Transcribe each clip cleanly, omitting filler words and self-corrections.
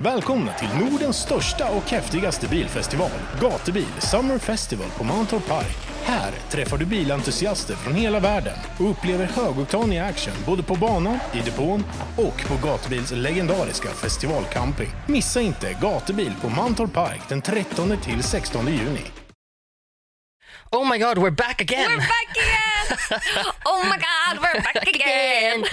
Välkomna till Nordens största och häftigaste bilfestival, Gatubil Summer Festival på Mantorp Park. Här träffar du bilentusiaster från hela världen och upplever högoktanig action både på banan, i depån och på Gatubils legendariska festivalcamping. Missa inte Gatubil på Mantorp Park den 13 till 16 juni. Oh my god, we're back again! We're back again! Oh my god, we're back again!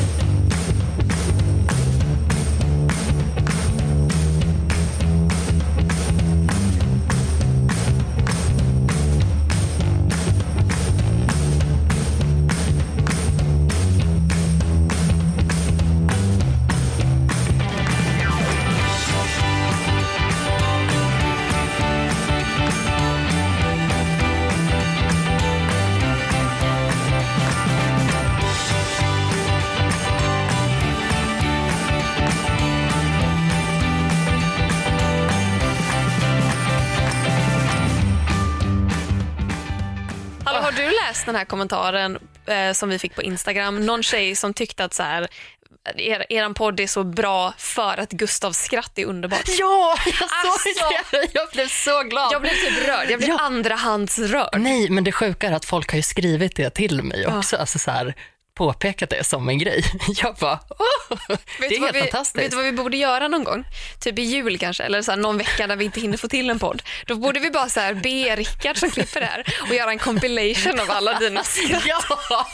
Har du läst den här kommentaren som vi fick på Instagram? Någon tjej som tyckte att så här, eran podd är så bra för att Gustavs skratt är underbart. Ja, jag såg det. Jag blev så glad. Jag blev typ rörd. Jag blev andrahandsrörd. Nej, men det sjuka är att folk har ju skrivit det till mig också. Alltså så här, påpekat det som en grej. Jag bara, det är helt fantastiskt. Vet du vad vi borde göra någon gång? Typ i jul kanske, eller så här, någon vecka där vi inte hinner få till en podd. Då borde vi bara så här, be Rickard som klipper det här och göra en compilation av alla dina skratt. Ja,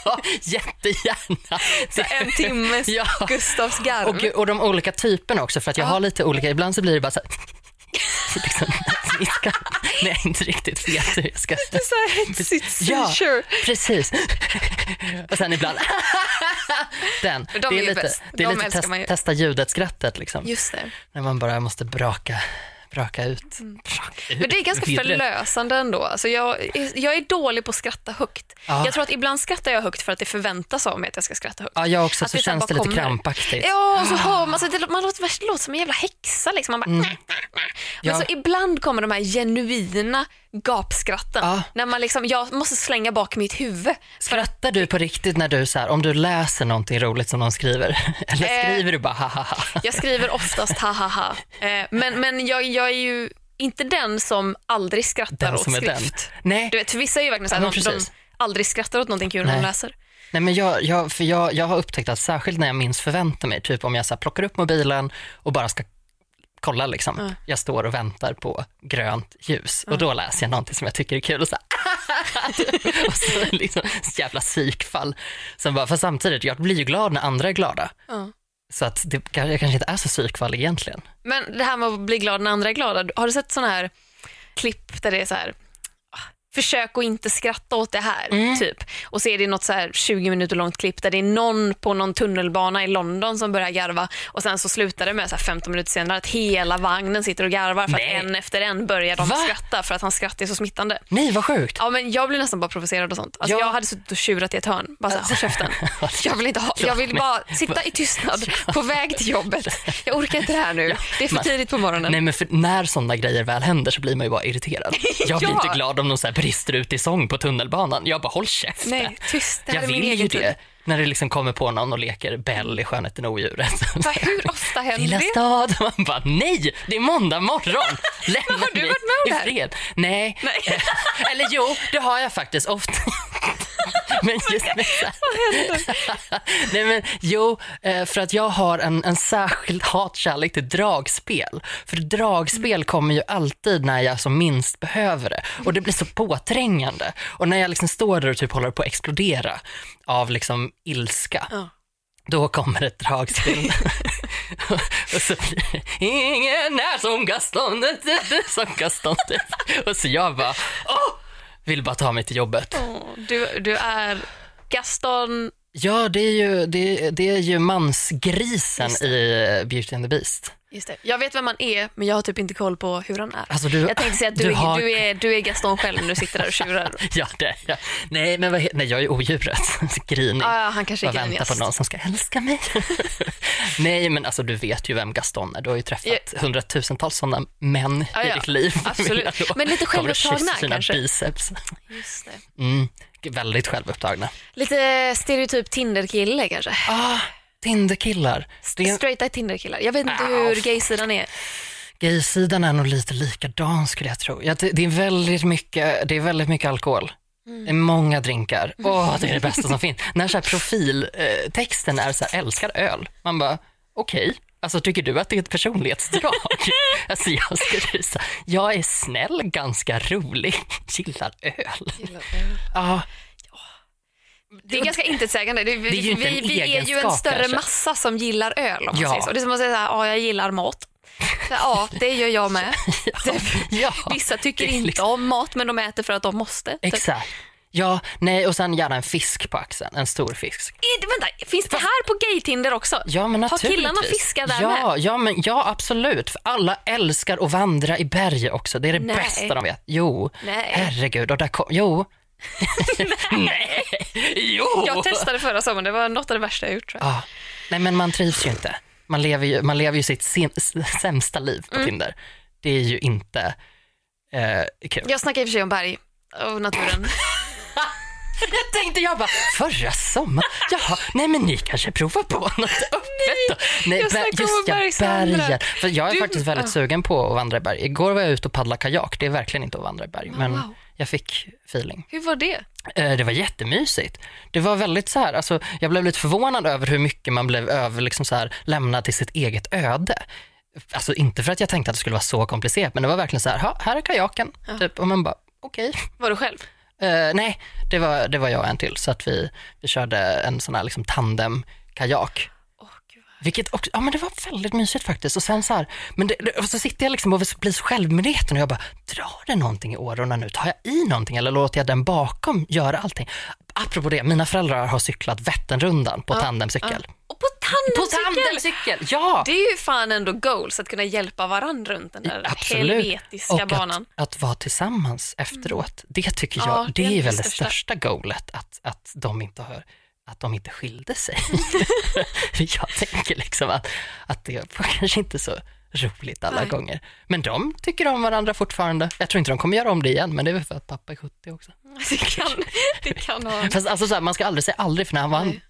jättegärna. Så en timmes Gustavs garv. Och de olika typerna också, för att jag har lite olika. Ibland så blir det bara så här, liksom, nej, inte riktigt vet hur jag ska. Det är så här hetsigt seizure. Ja, precis. Och sen ibland den. Det är lite testa ljudet, skrattet liksom. Just det. När man bara måste braka ut. Men det är ganska förlösande ändå. Alltså jag är dålig på att skratta högt. Jag tror att ibland skrattar jag högt för att det förväntas av mig att jag ska skratta högt. Ja, jag också. Att så känns det lite krampaktigt. Ja, och så hör man, man låter som en jävla häxa liksom. Man bara, Men så ibland kommer de här genuina gapskratten. När man liksom, jag måste slänga bak mitt huvud. Skrattar du på riktigt när du så här, om du läser någonting roligt som någon skriver? Eller skriver du bara ha? Jag skriver oftast ha. Men jag är ju inte den som aldrig skrattar åt skrift. Nej. Du vet, för vissa är ju verkligen så här, de aldrig skrattar åt någonting kul när de läser. Nej, men jag har upptäckt att särskilt när jag minst förväntar mig, typ om jag så här plockar upp mobilen och bara ska kolla liksom. Jag står och väntar på grönt ljus och då läser jag någonting som jag tycker är kul och så här, och så liksom jävla psykfall. Sen bara, för samtidigt, jag blir ju glad när andra är glada. Så att jag kanske inte är så psykfall egentligen. Men det här med att bli glad när andra är glada, har du sett såna här klipp där det är så här, försök att inte skratta åt det här typ. Och så är det något så här 20 minuter långt klipp där det är någon på någon tunnelbana i London som börjar garva och sen så slutar det med så här 15 minuter senare att hela vagnen sitter och garvar för att en efter en börjar de skratta för att hans skratt är så smittande. Nej, vad sjukt. Ja, men jag blir nästan bara provocerad och sånt. Alltså jag hade suttit och tjurat i ett hörn. Bara så här, håll käften. Jag vill bara sitta i tystnad på väg till jobbet. Jag orkar inte det här nu. Det är för tidigt på morgonen. Nej, men för när sådana grejer väl händer så blir man ju bara irriterad. Jag blir inte glad om någon så här brister ut i sång på tunnelbanan. Jag bara, håll käften. Nej, tyst. Det här jag är min vill egen ju tid. Det. När det liksom kommer på någon och leker Bell i Skönheten och odjuret. Hur ofta händer Lilla stad. Man bara, nej, det är måndag morgon. Lämna har du varit med om det här? Nej. Eller jo, det har jag faktiskt ofta. Men just med nej, men jo, för att jag har en särskild hatkärlek till dragspel. För dragspel kommer ju alltid när jag som minst behöver det. Och det blir så påträngande. Och när jag liksom står där och typ håller på att explodera av liksom ilska. Då kommer ett dragspel. Och så blir det, ingen är som Gaston. Och så jag bara, vill bara ta mig till jobbet. Du är Gaston. Ja, det är ju mansgrisen i Beauty and the Beast. Just det. Jag vet vem man är, men jag har typ inte koll på hur han är. Alltså jag tänkte säga att du är Gaston själv när du sitter där och tjurar. Ja, det är jag. Nej, jag är odjuret. Grinig. Han kanske är väntar på någon som ska älska mig. Nej, men alltså du vet ju vem Gaston är. Du har ju träffat hundratusentals sådana män i ditt liv. Absolut. Men lite självupptagna kanske. Biceps. Just det. Väldigt självupptagna. Lite stereotyp Tinder-kille kanske. Tinderkillar. Straighta Tinderkillar. Jag vet inte hur gaysidan är. Gaysidan är nog lite likadan skulle jag tro. Det är väldigt mycket alkohol. Det är många drinkar. Det är det bästa som finns. När så här profiltexten är så här, älskar öl. Man bara, okej. Alltså tycker du att det är ett personlighetsdrag? Alltså jag är snäll, ganska rolig, gillar öl. Ja. Det är ganska intetsägande. Vi är ju en större massa som gillar öl. Om man säger så. Det är som att säga jag gillar mat. Ja, det gör jag med. Vissa tycker inte om mat, men de äter för att de måste. Exakt. Ja, nej, och sen gärna en fisk på axeln, en stor fisk. Vänta, finns det här på gay-Tinder också? Ja, men naturligtvis. Har killarna fiskar där med? Ja, absolut. För alla älskar att vandra i berg också. Det är det bästa de vet. Jo, herregud. Och där Nej. Jo. Jag testade förra sommaren, det var något av det värsta jag gjort, tror jag. Nej, men man trivs ju inte. Man lever ju sitt sämsta liv på Tinder. Det är ju inte kul. Jag snackar i och för sig om berg och naturen. Jag bara, förra sommaren. Jaha, nej men ni kanske provar på något öppet då. Nej, bergen. För jag är faktiskt väldigt sugen på att vandra i berg. Igår var jag ute och paddla kajak. Det är verkligen inte att vandra i berg, men jag fick feeling. Hur var det? Det var jättemysigt. Det var väldigt så här, alltså, jag blev lite förvånad över hur mycket man blev liksom så här, lämnad till sitt eget öde. Alltså inte för att jag tänkte att det skulle vara så komplicerat, men det var verkligen så här är kajaken. Typ, och man bara, okej. Var du själv? Nej, det var jag en till. Så att vi körde en sån här liksom tandem-kajak. Vilket också, men det var väldigt mysigt faktiskt. Och sen så här, och så sitter jag liksom och blir så självmedveten och jag bara, drar det någonting i årorna nu? Tar jag i någonting eller låter jag den bakom göra allting? Apropå det, mina föräldrar har cyklat Vätternrundan på tandemcykel. Och på tandemcykel, ja! Det är ju fan ändå goals att kunna hjälpa varandra runt den där helvetiska banan. Att vara tillsammans efteråt, det tycker jag, det är väl det största goalet, att de inte skilde sig. Jag tänker liksom att det var kanske inte så roligt alla gånger. Men de tycker om varandra fortfarande. Jag tror inte de kommer göra om det igen, men det är väl för att pappa är 70 också. Det kan ha. Fast alltså så här, man ska aldrig säga aldrig, för när han var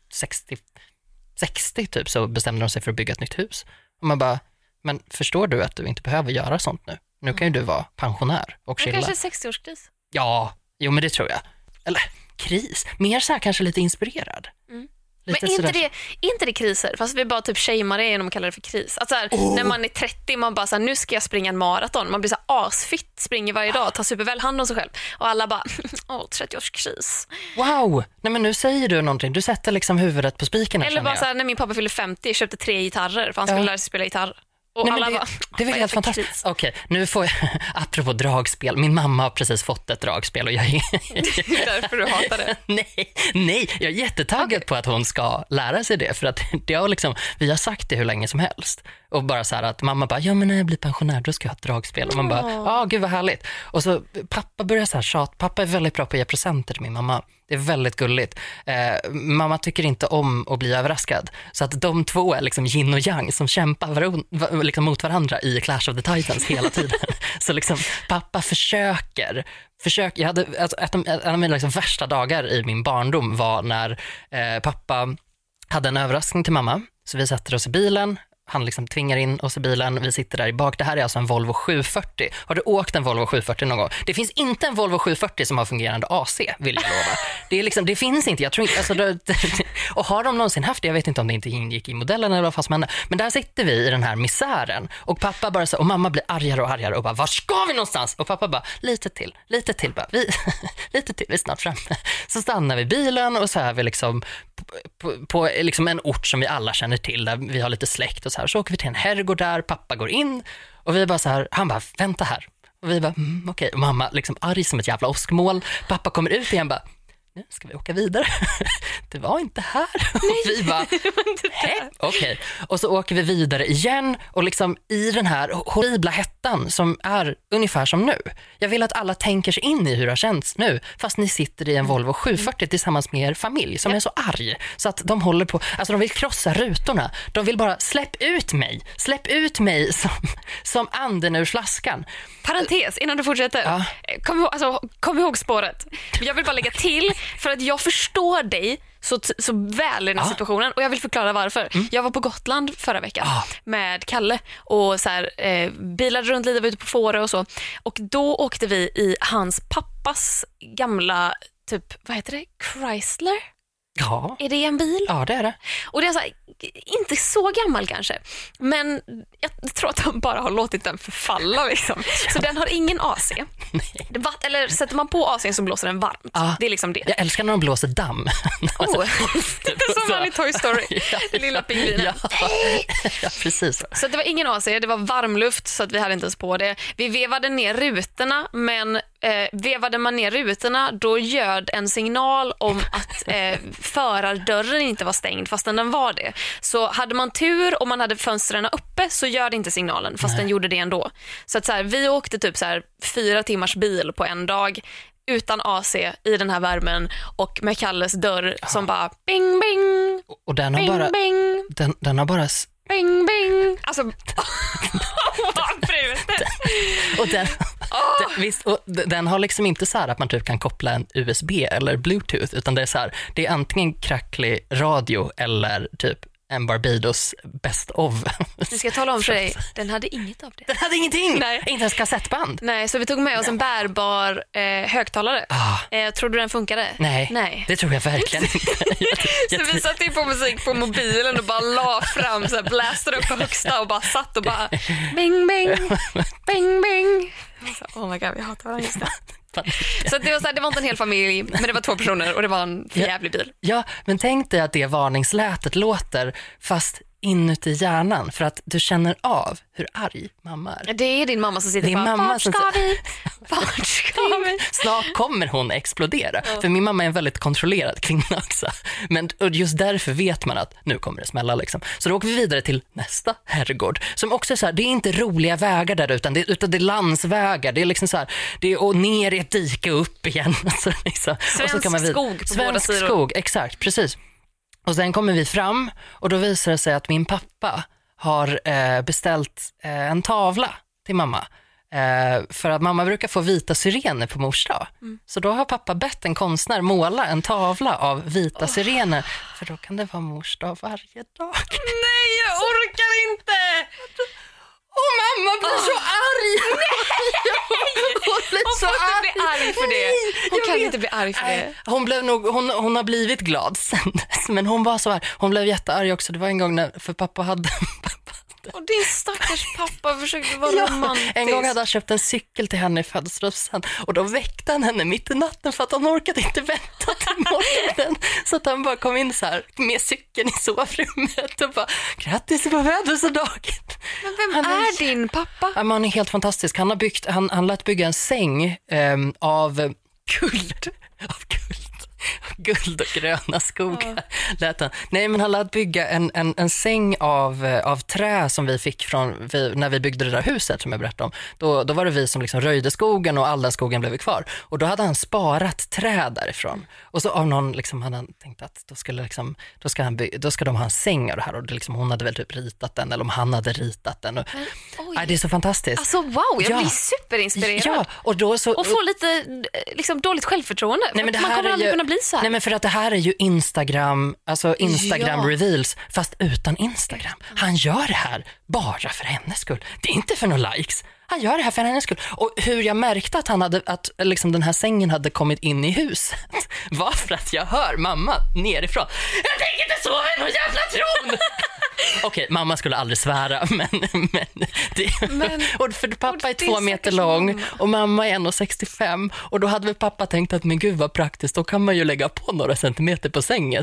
60 typ så bestämde de sig för att bygga ett nytt hus. Och man bara, men förstår du att du inte behöver göra sånt nu? Nu kan ju du vara pensionär och chilla. Kanske 60-årskris. Ja, jo men det tror jag. Eller kris, mer så här kanske lite inspirerad. Men inte det kriser, fast vi bara typ shamear det genom att kalla det för kris. Att så här, när man är 30, man bara så här, nu ska jag springa en maraton. Man blir så här asfitt, springer varje dag, tar superväl hand om sig själv. Och alla bara, 30-årskris. Wow, nej men nu säger du någonting. Du sätter liksom huvudet på spiken. Eller bara så här, när min pappa fyllde 50, köpte 3 gitarrer för han skulle lära sig spela gitarr. Och nej, alla det är väl helt fantastiskt. Okej, nu får jag, apropå dragspel, min mamma har precis fått ett dragspel och jag är... Det är därför du hatar det. Nej, jag är jättetaggad på att hon ska lära sig det, för att det har liksom, vi har sagt det hur länge som helst. Och bara så här att mamma bara, ja men när jag blir pensionär då ska jag ha ett dragspel. Och man bara, gud vad härligt. Och så pappa börjar så här tjat, pappa är väldigt bra på att ge presenter till min mamma. Det är väldigt gulligt. Mamma tycker inte om att bli överraskad. Så att de två är liksom yin och yang som kämpar liksom mot varandra i Clash of the Titans hela tiden. Så liksom pappa försöker. Jag hade, alltså, en av mina liksom värsta dagar i min barndom var när pappa hade en överraskning till mamma. Så vi sätter oss i bilen. Han liksom tvingar in oss i bilen, vi sitter där i bak. Det här är alltså en Volvo 740. Har du åkt en Volvo 740 någon gång? Det finns inte en Volvo 740 som har fungerande AC, vill jag lova. Det är liksom, det finns inte, jag tror inte, alltså, och har de någonsin haft det, jag vet inte om det inte ingick i modellen eller vad fast men där sitter vi i den här misären och pappa bara så, och mamma blir argare och argare och bara, var ska vi någonstans? Och pappa bara, lite till bara, lite till, vi är snart framme. Så stannar vi bilen och så är vi liksom på liksom en ort som vi alla känner till, där vi har lite släkt och så här. Så åker vi till en herrgård där, pappa går in och vi bara så här, han bara, vänta här. Och vi bara, okej. Och mamma liksom arg som ett jävla åskmål. Pappa kommer ut igen bara, nu ska vi åka vidare. Det var inte här. Och vi bara, okej. Och så åker vi vidare igen och liksom i den här horribla hettan som är ungefär som nu. Jag vill att alla tänker sig in i hur det har känts nu, fast ni sitter i en Volvo 740 tillsammans med er familj som är så arg så att de håller på, alltså de vill krossa rutorna. De vill bara, släpp ut mig som anden ur flaskan. Parentes, innan du fortsätter. Kom ihåg spåret. Jag vill bara lägga till för att jag förstår dig så väl i den här situationen och jag vill förklara varför. Jag var på Gotland förra veckan med Kalle och så här, bilade runt lite, var ute på Fårö och så. Och då åkte vi i hans pappas gamla, typ, vad heter det? Chrysler? Ja. Är det en bil? Ja, det är det. Och det är så här, inte så gammal kanske, men jag tror att de bara har låtit den förfalla liksom. Så den har ingen AC. Eller sätter man på AC så blåser den varmt. Det är liksom det. Jag älskar när de blåser damm. Det är som man i Toy Story. Den lilla pingvinen. Ja, precis. Så det var ingen AC, det var varmluft så att vi hade inte ens på det. Vi vevade ner rutorna, men vevade man ner rutorna då ljöd en signal om att förardörren inte var stängd fastän den var det. Så hade man tur och man hade fönstren uppe så gör det inte signalen fast den gjorde det ändå. Så att så här, vi åkte typ så här 4 timmars bil på en dag utan AC i den här värmen och med Kalles dörr som bara bing bing. Och den har bing, bara bing. Den har bara bing bing. Alltså vad brutet. Och visst, och den har liksom inte så här att man typ kan koppla en USB eller Bluetooth, utan det är så här, det är antingen kracklig radio eller typ en Barbados best of. Nu ska jag tala om för dig, den hade inget av det. Den hade ingenting, Nej. Inte ens kassettband. Nej, så vi tog med oss en bärbar högtalare. Tror du den funkade? Nej, det tror jag verkligen inte. Så vi satte in på musik på mobilen och bara la fram, så här, blastade upp på högsta och bara satt och bara bing, bing, bing, bing. Så, oh my god, jag hatar varandra just det. Så det var, så här, det var inte en hel familj, men det var 2 personer och det var en jävlig bil. Ja, men tänk dig att det varningslätet låter fast inuti hjärnan för att du känner av hur arg mamma är. Det är din mamma som sitter bara, vart ska vi? Vart ska vi? Snart kommer hon explodera. För min mamma är en väldigt kontrollerad kvinna också. Men just därför vet man att nu kommer det smälla liksom. Så då åker vi vidare till nästa herrgård. Som också är så här, det är inte roliga vägar där utan det är landsvägar. Det är liksom så här, det är och ner i ett dike upp igen. Alltså, liksom. Svensk och så kan man skog på båda sidor. Skog, exakt, precis. Och sen kommer vi fram och då visar det sig att min pappa har beställt en tavla till mamma. För att mamma brukar få vita syrener på mors dag. Så då har pappa bett en konstnär måla en tavla av vita syrener. För då kan det vara mors dag varje dag. Nej, jag orkar inte! Och mamma blir så arg! Hon får inte bli arg för det. Hon kan inte bli arg för det. Hon har blivit glad sen dess, men hon var så här. Hon blev jättearg också. Det var en gång för pappa hade... Och din stackars pappa försökte vara romantisk. En gång hade han köpt en cykel till henne i födelsedagspresent och då väckte han henne mitt i natten för att han orkade inte vänta till morgonen. Så att han bara kom in så här med cykeln i sovrummet och bara, grattis på födelsedagen. Men vem är din pappa? Ja, han är helt fantastisk. Han lät bygga en säng av guld. Guld och gröna skogar lät han. Nej, men han lät bygga en säng av trä som vi fick när vi byggde det där huset som jag berättade om. Då var det vi som liksom röjde skogen och all den skogen blev kvar. Och då hade han sparat trä därifrån. Och så av någon liksom hade han tänkt att då ska de ha en säng av det här. Och det liksom, hon hade väl typ ritat den eller om han hade ritat den. Och, det är så fantastiskt. Alltså wow, jag blir superinspirerad. Ja, och få lite liksom, dåligt självförtroende. Nej, men det man här kommer aldrig kunna bli så här. Nej, men för att det här är ju Instagram reveals fast utan Instagram. Han gör det här bara för hennes skull. Det är inte för några likes. Han gör det här för hennes skull. Och hur jag märkte att liksom den här sängen hade kommit in i huset var för att jag hör mamma nerifrån. Jag tänker inte sova i någon jävla tron! Okej, mamma skulle aldrig svära, men och för pappa är 2 meter lång och mamma är 1,65 och då hade väl pappa tänkt att men gud vad praktiskt, då kan man ju lägga på några centimeter på sängen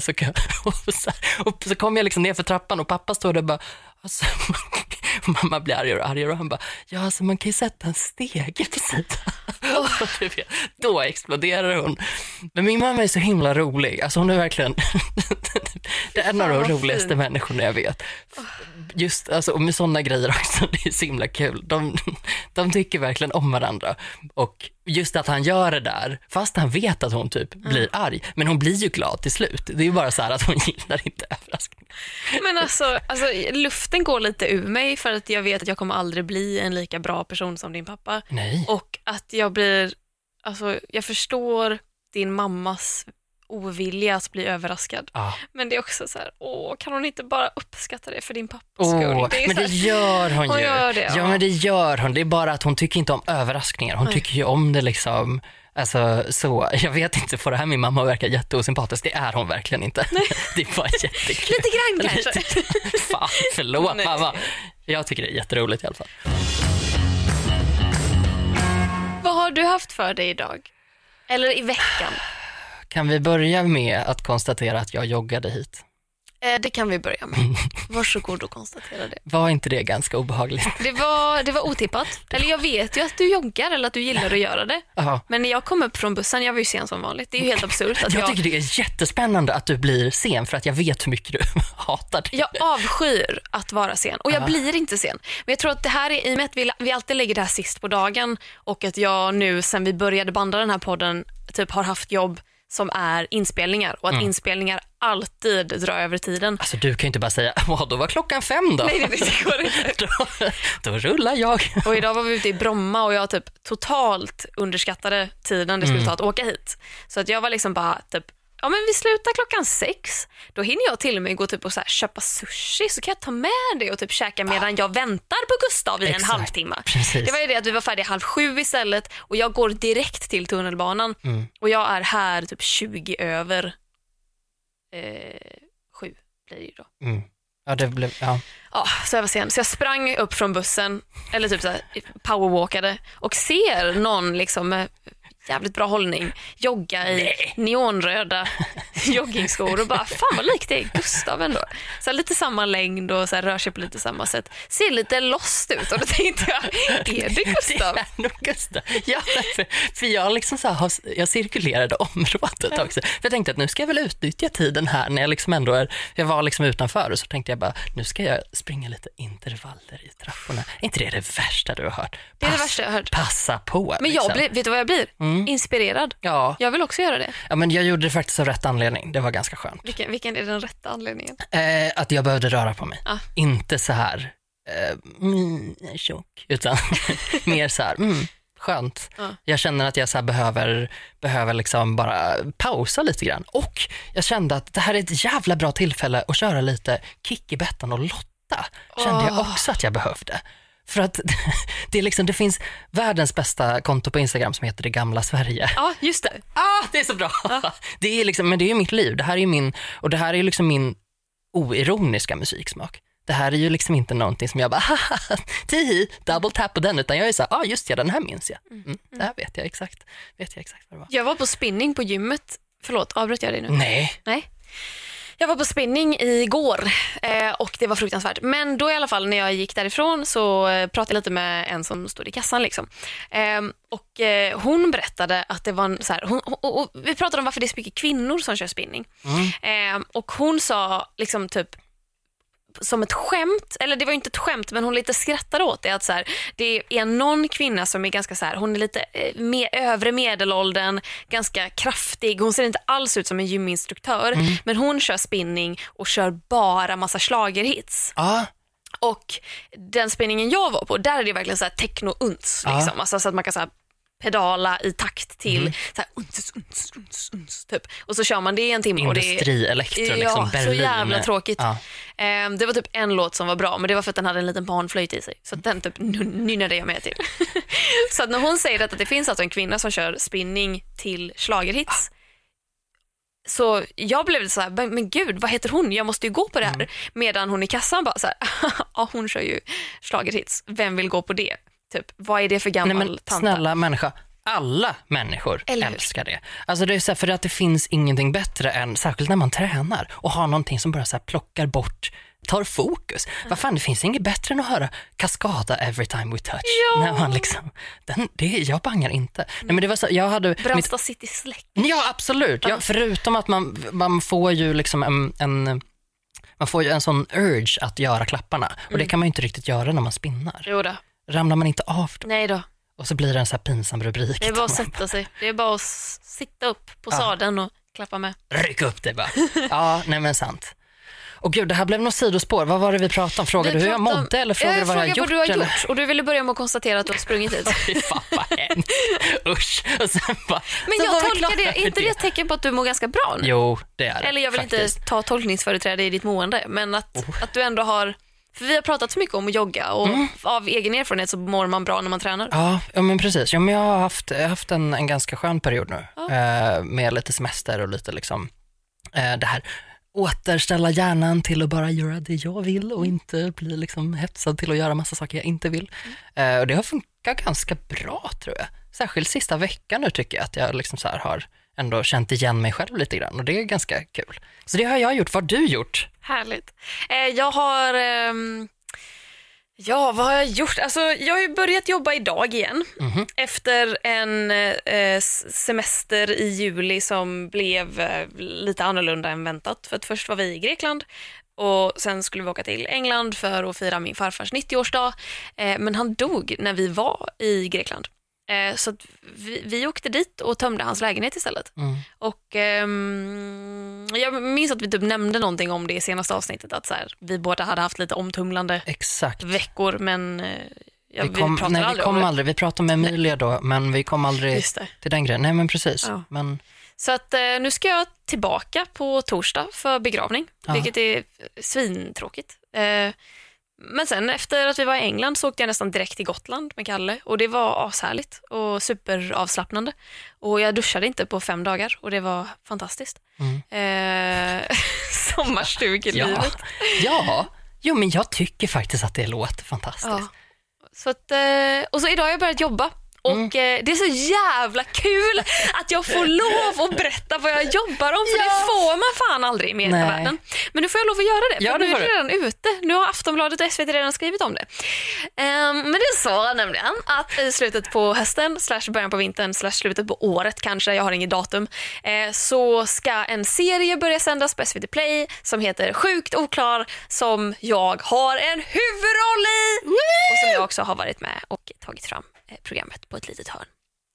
och så kom jag liksom ner för trappan och pappa står där bara alltså, mamma blir argare och han bara, ja alltså man kan ju sätta en stege på sidan. Då exploderar hon. Men min mamma är så himla rolig. Alltså hon är verkligen det är en av de roligaste människorna jag vet. Just alltså, och med sådana grejer också, det är så himla kul. De tycker verkligen om varandra. Och just att han gör det där, fast han vet att hon typ blir arg. Men hon blir ju glad till slut. Det är ju bara så här att hon gillar inte överraskning. Men alltså luften går lite ur mig för att jag vet att jag kommer aldrig bli en lika bra person som din pappa. Nej. Och att jag förstår din mammas ovilja att bli överraskad. Ja. Men det är också så här, kan hon inte bara uppskatta det för din pappas skull? Men det gör hon ju. Gör det, ja, men det gör hon. Det är bara att hon tycker inte om överraskningar. Hon tycker ju om det liksom. Alltså, så, jag vet inte, för det här min mamma verkar jätteosympatisk. Det är hon verkligen inte. Det är bara jättekul. Lite grann kanske. Fan, förlåt mamma. Jag tycker det är jätteroligt i alla fall. Vad har du haft för dig idag? Eller i veckan? Kan vi börja med att konstatera att jag joggade hit? Det kan vi börja med. Varsågod och konstatera det. Var inte det ganska obehagligt? Det var otippat. Eller jag vet ju att du joggar eller att du gillar att göra det. Aha. Men när jag kom upp från bussen, jag var ju sen som vanligt. Det är ju helt absurt att jag tycker det är jättespännande att du blir sen för att jag vet hur mycket du hatar det. Jag avskyr att vara sen och jag blir inte sen. Men jag tror att det här är i och med att vi alltid lägger det här sist på dagen och att jag nu sen vi började banda den här podden typ har haft jobb som är inspelningar och att inspelningar alltid drar över tiden. Alltså du kan ju inte bara säga, då var klockan 5 då. Nej, det går inte. då rullar jag. Och idag var vi ute i Bromma och jag typ totalt underskattade tiden det skulle ta att åka hit. Så att jag var liksom bara typ, ja men vi slutar klockan 6. Då hinner jag till och med gå typ och så här, köpa sushi så kan jag ta med det och typ käka medan jag väntar på Gustav i en halvtimme. Precis. Det var ju det att vi var färdiga 6:30 istället och jag går direkt till tunnelbanan och jag är här typ 20 över 7 blir det ju då. Ja, det blev, ja. Ja, så jag var sen. Så jag sprang upp från bussen eller typ så här powerwalkade och ser någon liksom med jävligt bra hållning jogga i neonröda joggingskor och bara, fan vad likt det är Gustav ändå. Så här, lite samma längd och så här, rör sig på lite samma sätt. Ser lite lost ut och då tänkte jag, är det Gustav? Det är nog Gustav. Ja, för jag liksom så här, jag cirkulerade området också. För jag tänkte att nu ska jag väl utnyttja tiden här när jag liksom ändå jag var liksom utanför och så tänkte jag bara, nu ska jag springa lite intervaller i trapporna. Är inte det värsta du har hört? Det är det värsta jag har hört. Passa på. Men liksom. vet du vad jag blir? Inspirerad. Ja. Jag vill också göra det. Ja, men jag gjorde det faktiskt av rätt anledning. Det var ganska skönt. Vilken är den rätta anledningen? Att jag behövde röra på mig. Inte så här jag är tjock, utan mer så här skönt. Jag känner att jag så här behöver liksom bara pausa lite grann. Och jag kände att det här är ett jävla bra tillfälle att köra lite Kikki, Bettan och Lotta. Kände jag också att jag behövde. För att det är liksom, det finns världens bästa konto på Instagram som heter Det Gamla Sverige. Ja, just det. Det är så bra. Det är liksom, men det är ju mitt liv. Det här är ju liksom min oironiska musiksmak. Det här är ju liksom inte någonting som jag bara double tap på den, utan jag är så här, just den här minns jag. Det här vet jag exakt vad det var. Jag var på spinning på gymmet. Förlåt, avbröt jag dig nu? Nej. Jag var på spinning igår och det var fruktansvärt. Men då i alla fall när jag gick därifrån så pratade jag lite med en som stod i kassan liksom. Och hon berättade att det var en, så här, och vi pratade om varför det är så mycket kvinnor som kör spinning. Och hon sa liksom typ som ett skämt, eller det var inte ett skämt men hon lite skrattade åt det, att så här, det är någon kvinna som är ganska så här, hon är lite övre medelåldern, ganska kraftig, hon ser inte alls ut som en gyminstruktör men hon kör spinning och kör bara massa schlagerhits. Och den spinningen jag var på, där är det verkligen så här techno-unts liksom, alltså så att man kan så här pedala i takt till så här, uns, typ. Och så kör man det i en timme. Industri-elektro, liksom Berlin. Så jävla tråkigt. Det var typ en låt som var bra, men det var för att den hade en liten barnflöjt i sig. Så den typ nynnade jag med till. Så att när hon säger att det finns alltså en kvinna som kör spinning till schlagerhits, så jag blev så här, men gud, vad heter hon? Jag måste ju gå på det här. Medan hon i kassan bara så här, hon kör ju schlagerhits. Vem vill gå på det? Typ, vad är det för gammal tanta? Snälla människa, alla människor älskar det. Alltså det är så här, för att det finns ingenting bättre än, särskilt när man tränar och har någonting som bara så här plockar bort, tar fokus. Vad fan, det finns inget bättre än att höra Kaskada Every Time We Touch. När man liksom, jag bangar inte. Nej, men det var så, jag hade Brandsta City Släck. Ja, absolut. Ja, förutom att man får ju liksom man får ju en sån urge att göra klapparna. Och det kan man ju inte riktigt göra när man spinnar. Jo då. Ramlar man inte av då? Nej då. Och så blir det en så här pinsam rubrik. Det är bara att sätta sig. Det är bara att sitta upp på sadeln och klappa med. Ryck upp det bara. Ja, nej men sant. Och gud, det här blev något sidospår. Vad var det vi pratade om? Frågade du hur jag mådde eller frågade vad jag gjort? Vad du har gjort. Och du ville börja med att konstatera att du har sprungit hit. Fy fan, vad hemskt. Usch. Och sen bara, men jag tolkar det, är inte det ett tecken på att du mår ganska bra nu? Jo, det är det. Eller jag vill faktiskt inte ta tolkningsföreträde i ditt mående, men att du ändå har... För vi har pratat så mycket om att jogga och av egen erfarenhet så mår man bra när man tränar. Ja men precis. Ja, men jag har haft en ganska skön period nu med lite semester och lite liksom det här återställa hjärnan till att bara göra det jag vill och inte bli liksom hetsad till att göra massa saker jag inte vill. Och det har funkat ganska bra tror jag. Särskilt sista veckan nu tycker jag att jag liksom så här har ändå känt igen mig själv lite grann och det är ganska kul. Så det har jag gjort. Vad har du gjort? Härligt. Jag har... Ja, vad har jag gjort? Alltså, jag har ju börjat jobba idag igen efter en semester i juli som blev lite annorlunda än väntat. För att först var vi i Grekland och sen skulle vi åka till England för att fira min farfars 90-årsdag. Men han dog när vi var i Grekland. Så att vi åkte dit och tömde hans lägenhet istället. Och jag minns att vi typ nämnde någonting om det i senaste avsnittet, att så här, vi båda hade haft lite omtumlande veckor, men vi kom aldrig. Vi pratade med Emilia då, men vi kom aldrig till den grejen. Nej, men precis. Ja. Men... Så att nu ska jag tillbaka på torsdag för begravning, vilket är svintråkigt. Men sen efter att vi var i England så åkte jag nästan direkt till Gotland med Kalle och det var ashärligt och superavslappnande och jag duschade inte på 5 dagar och det var fantastiskt. Sommarstugelivet. Ja, jo men jag tycker faktiskt att det låter fantastiskt. Ja. Så att, och så idag har jag börjat jobba. Och det är så jävla kul att jag får lov att berätta vad jag jobbar om. För det får man fan aldrig i medievärlden. Men nu får jag lov att göra det. För nu är det redan ute. Nu har Aftonbladet och SVT redan skrivit om det. Men det är så nämligen att i slutet på hösten / början på vintern / slutet på året kanske, jag har inget datum, så ska en serie börja sändas på SVT Play som heter Sjukt oklar, som jag har en huvudroll i. Och som jag också har varit med och tagit fram programmet på ett litet hörn.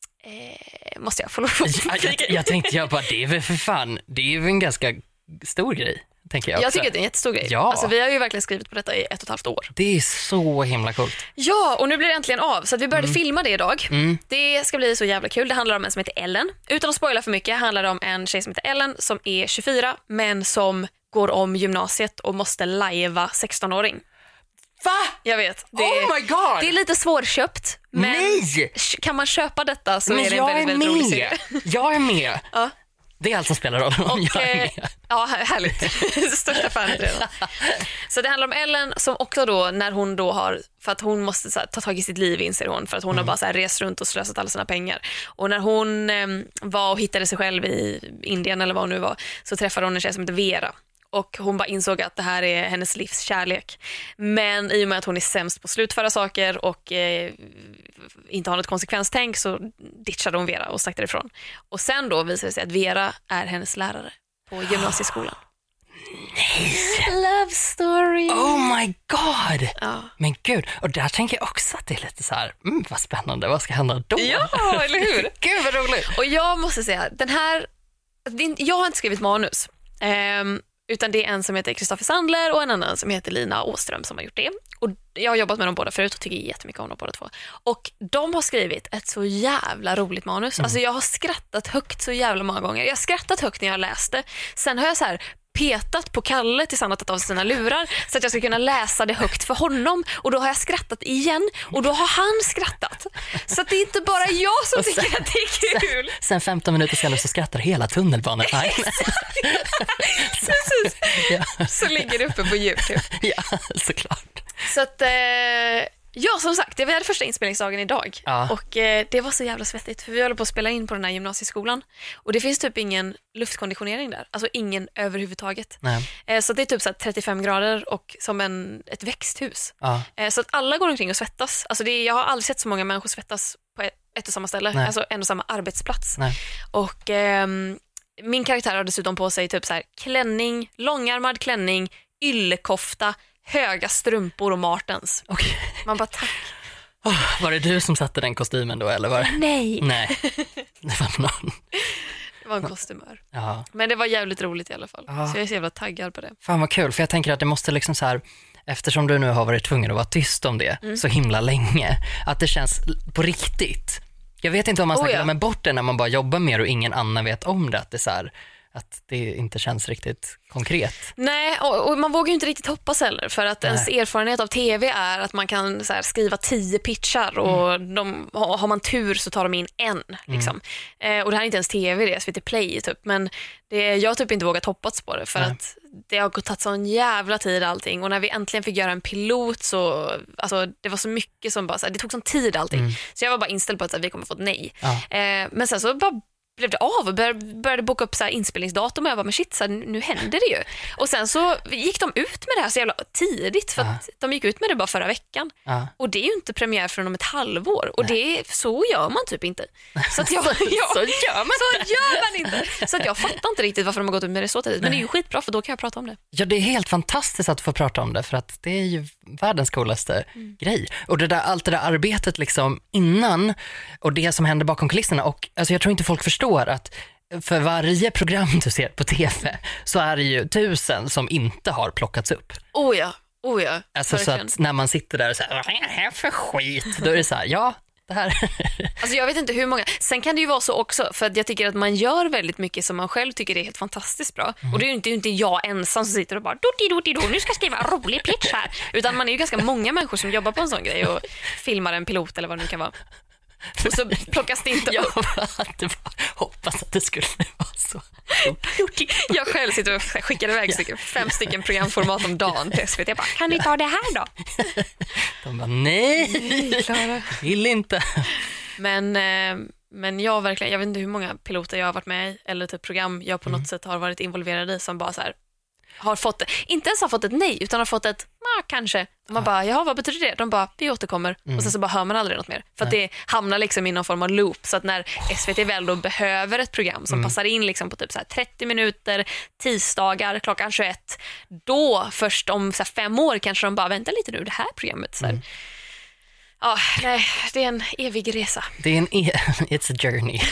Måste jag få lov att jag tänkte det är väl för fan, det är väl en ganska stor grej, tänker jag också. Jag tycker att det är en jättestor grej. Ja. Alltså, vi har ju verkligen skrivit på detta i 1,5 år. Det är så himla coolt. Ja, och nu blir det äntligen av. Så att vi började filma det idag. Det ska bli så jävla kul. Det handlar om en som heter Ellen. Utan att spoila för mycket handlar det om en tjej som heter Ellen som är 24 men som går om gymnasiet och måste lajva 16-åring. Va? Jag vet. Oh my god! Det är lite svårköpt. Men kan man köpa detta så men är det en väldigt rolig serie. Jag är med. Ja. Det är allt som spelar roll om jag är med. Ja, härligt. Största fanet redan. Så det handlar om Ellen som också då, när hon då har, för att hon måste så här, ta tag i sitt liv, inser hon, för att hon har bara så här, rest runt och slösat alla sina pengar. Och när hon var och hittade sig själv i Indien eller vad hon nu var, så träffade hon en tjej som heter Vera. Och hon bara insåg att det här är hennes livs kärlek. Men i och med att hon är sämst på att slutföra saker och inte har något konsekvenstänk så ditchade hon Vera och stack därifrån. Och sen då visade det sig att Vera är hennes lärare på gymnasieskolan. Nej! Love story! Oh my god! Ja. Men gud, och där tänker jag också att det är lite så här, vad spännande, vad ska hända då? Ja, eller hur? Gud vad roligt! Och jag måste säga, jag har inte skrivit manus. Utan det är en som heter Kristoffer Sandler och en annan som heter Lina Åström som har gjort det. Och jag har jobbat med dem båda förut och tycker jättemycket om dem båda två. Och de har skrivit ett så jävla roligt manus. Alltså jag har skrattat högt så jävla många gånger. Jag har skrattat högt när jag läste. Sen har jag så här petat på Kalle tills han har tagit av sina lurar så att jag ska kunna läsa det högt för honom. Och då har jag skrattat igen och då har han skrattat. Så att det är inte bara jag som tycker att det är kul. Sen 15 minuter senare så skrattar hela tunnelbanan. Precis. Ja. Så ligger det uppe på YouTube. Ja, såklart. Så att ja, som sagt, vi hade första inspelningsdagen idag. Ja. Och det var så jävla svettigt för vi håller på att spela in på den här gymnasieskolan. Och det finns typ ingen luftkonditionering där. Alltså ingen överhuvudtaget. Så det är typ så 35 grader och som ett växthus. Ja. Så att alla går omkring och svettas. Alltså jag har aldrig sett så många människor svettas på ett och samma ställe. Nej. Alltså en och samma arbetsplats. Nej. Och min karaktär har dessutom på sig typ så här klänning, långärmad klänning, yllekofta, höga strumpor och Martens. Okay. Man bara tack. Var det du som satte den kostymen då eller var det? Nej. Det var någon. Det var en kostymör. Ja. Men det var jävligt roligt i alla fall. Ja. Så jag är så jävla taggad på det. Fan vad kul, för jag tänker att det måste liksom så här, eftersom du nu har varit tvungen att vara tyst om det så himla länge, att det känns på riktigt. Jag vet inte om man ska glömma bort det när man bara jobbar mer och ingen annan vet om det, att det är så här, att det inte känns riktigt konkret. Nej, och man vågar ju inte riktigt hoppas heller, för att ens erfarenhet av tv är att man kan så här, skriva 10 pitchar och har man tur så tar de in en. Liksom. Och det här är inte ens tv, det är SVT Play typ, men jag har typ inte vågat hoppas på det, för att det har tagit sån jävla tid allting, och när vi äntligen fick göra en pilot så, alltså det var så mycket som bara, så här, det tog sån tid allting, så jag var bara inställd på att så här, vi kommer få ett nej. Men sen så bara blev det av och började boka upp så här inspelningsdatum, och jag bara, men shit, så här, nu händer det ju. Och sen så gick de ut med det här så jävla tidigt, för att de gick ut med det bara förra veckan. Och det är ju inte premiär förrän om ett halvår, och så gör man typ inte. Så att så gör man inte. Så att jag fattar inte riktigt varför de har gått ut med det så tidigt, men det är ju skitbra, för då kan jag prata om det. Ja, det är helt fantastiskt att få prata om det, för att det är ju världens coolaste grej. Och allt det där arbetet liksom innan, och det som händer bakom kulisserna, och alltså jag tror inte folk förstår att för varje program du ser på tv så är det ju 1000 som inte har plockats upp. Oh ja. Alltså så att när man sitter där och säger, vad är det här för skit? Då är det så här, ja, det här. Alltså jag vet inte hur många. Sen kan det ju vara så också, för att jag tycker att man gör väldigt mycket som man själv tycker är helt fantastiskt bra. Och det är ju inte jag ensam som sitter och bara nu ska jag skriva en rolig pitch här. Utan man är ju ganska många människor som jobbar på en sån grej och filmar en pilot eller vad det nu kan vara. Och så plockas det inte upp. Jag hoppas att det skulle vara så. Jag själv sitter och skickar iväg 5 stycken programformat om dagen till SVT. Jag bara, kan ni ta det här då? De bara, nej, Klara, vill inte. Men jag verkligen, jag vet inte hur många piloter jag har varit med i, eller typ program jag på något sätt har varit involverad i, som bara så här, har fått, inte ens har fått ett nej, utan har fått ett kanske. Man bara, jaha, vad betyder det? De bara, vi återkommer. Och sen så bara hör man aldrig något mer. För att det hamnar liksom i någon form av loop. Så att när SVT väl då behöver ett program som passar in liksom på typ så här 30 minuter, tisdagar, klockan 21, då först om så här 5 år kanske de bara, vänta lite nu, det här programmet. Så här. Ja, nej, det är en evig resa. Det är it's a journey.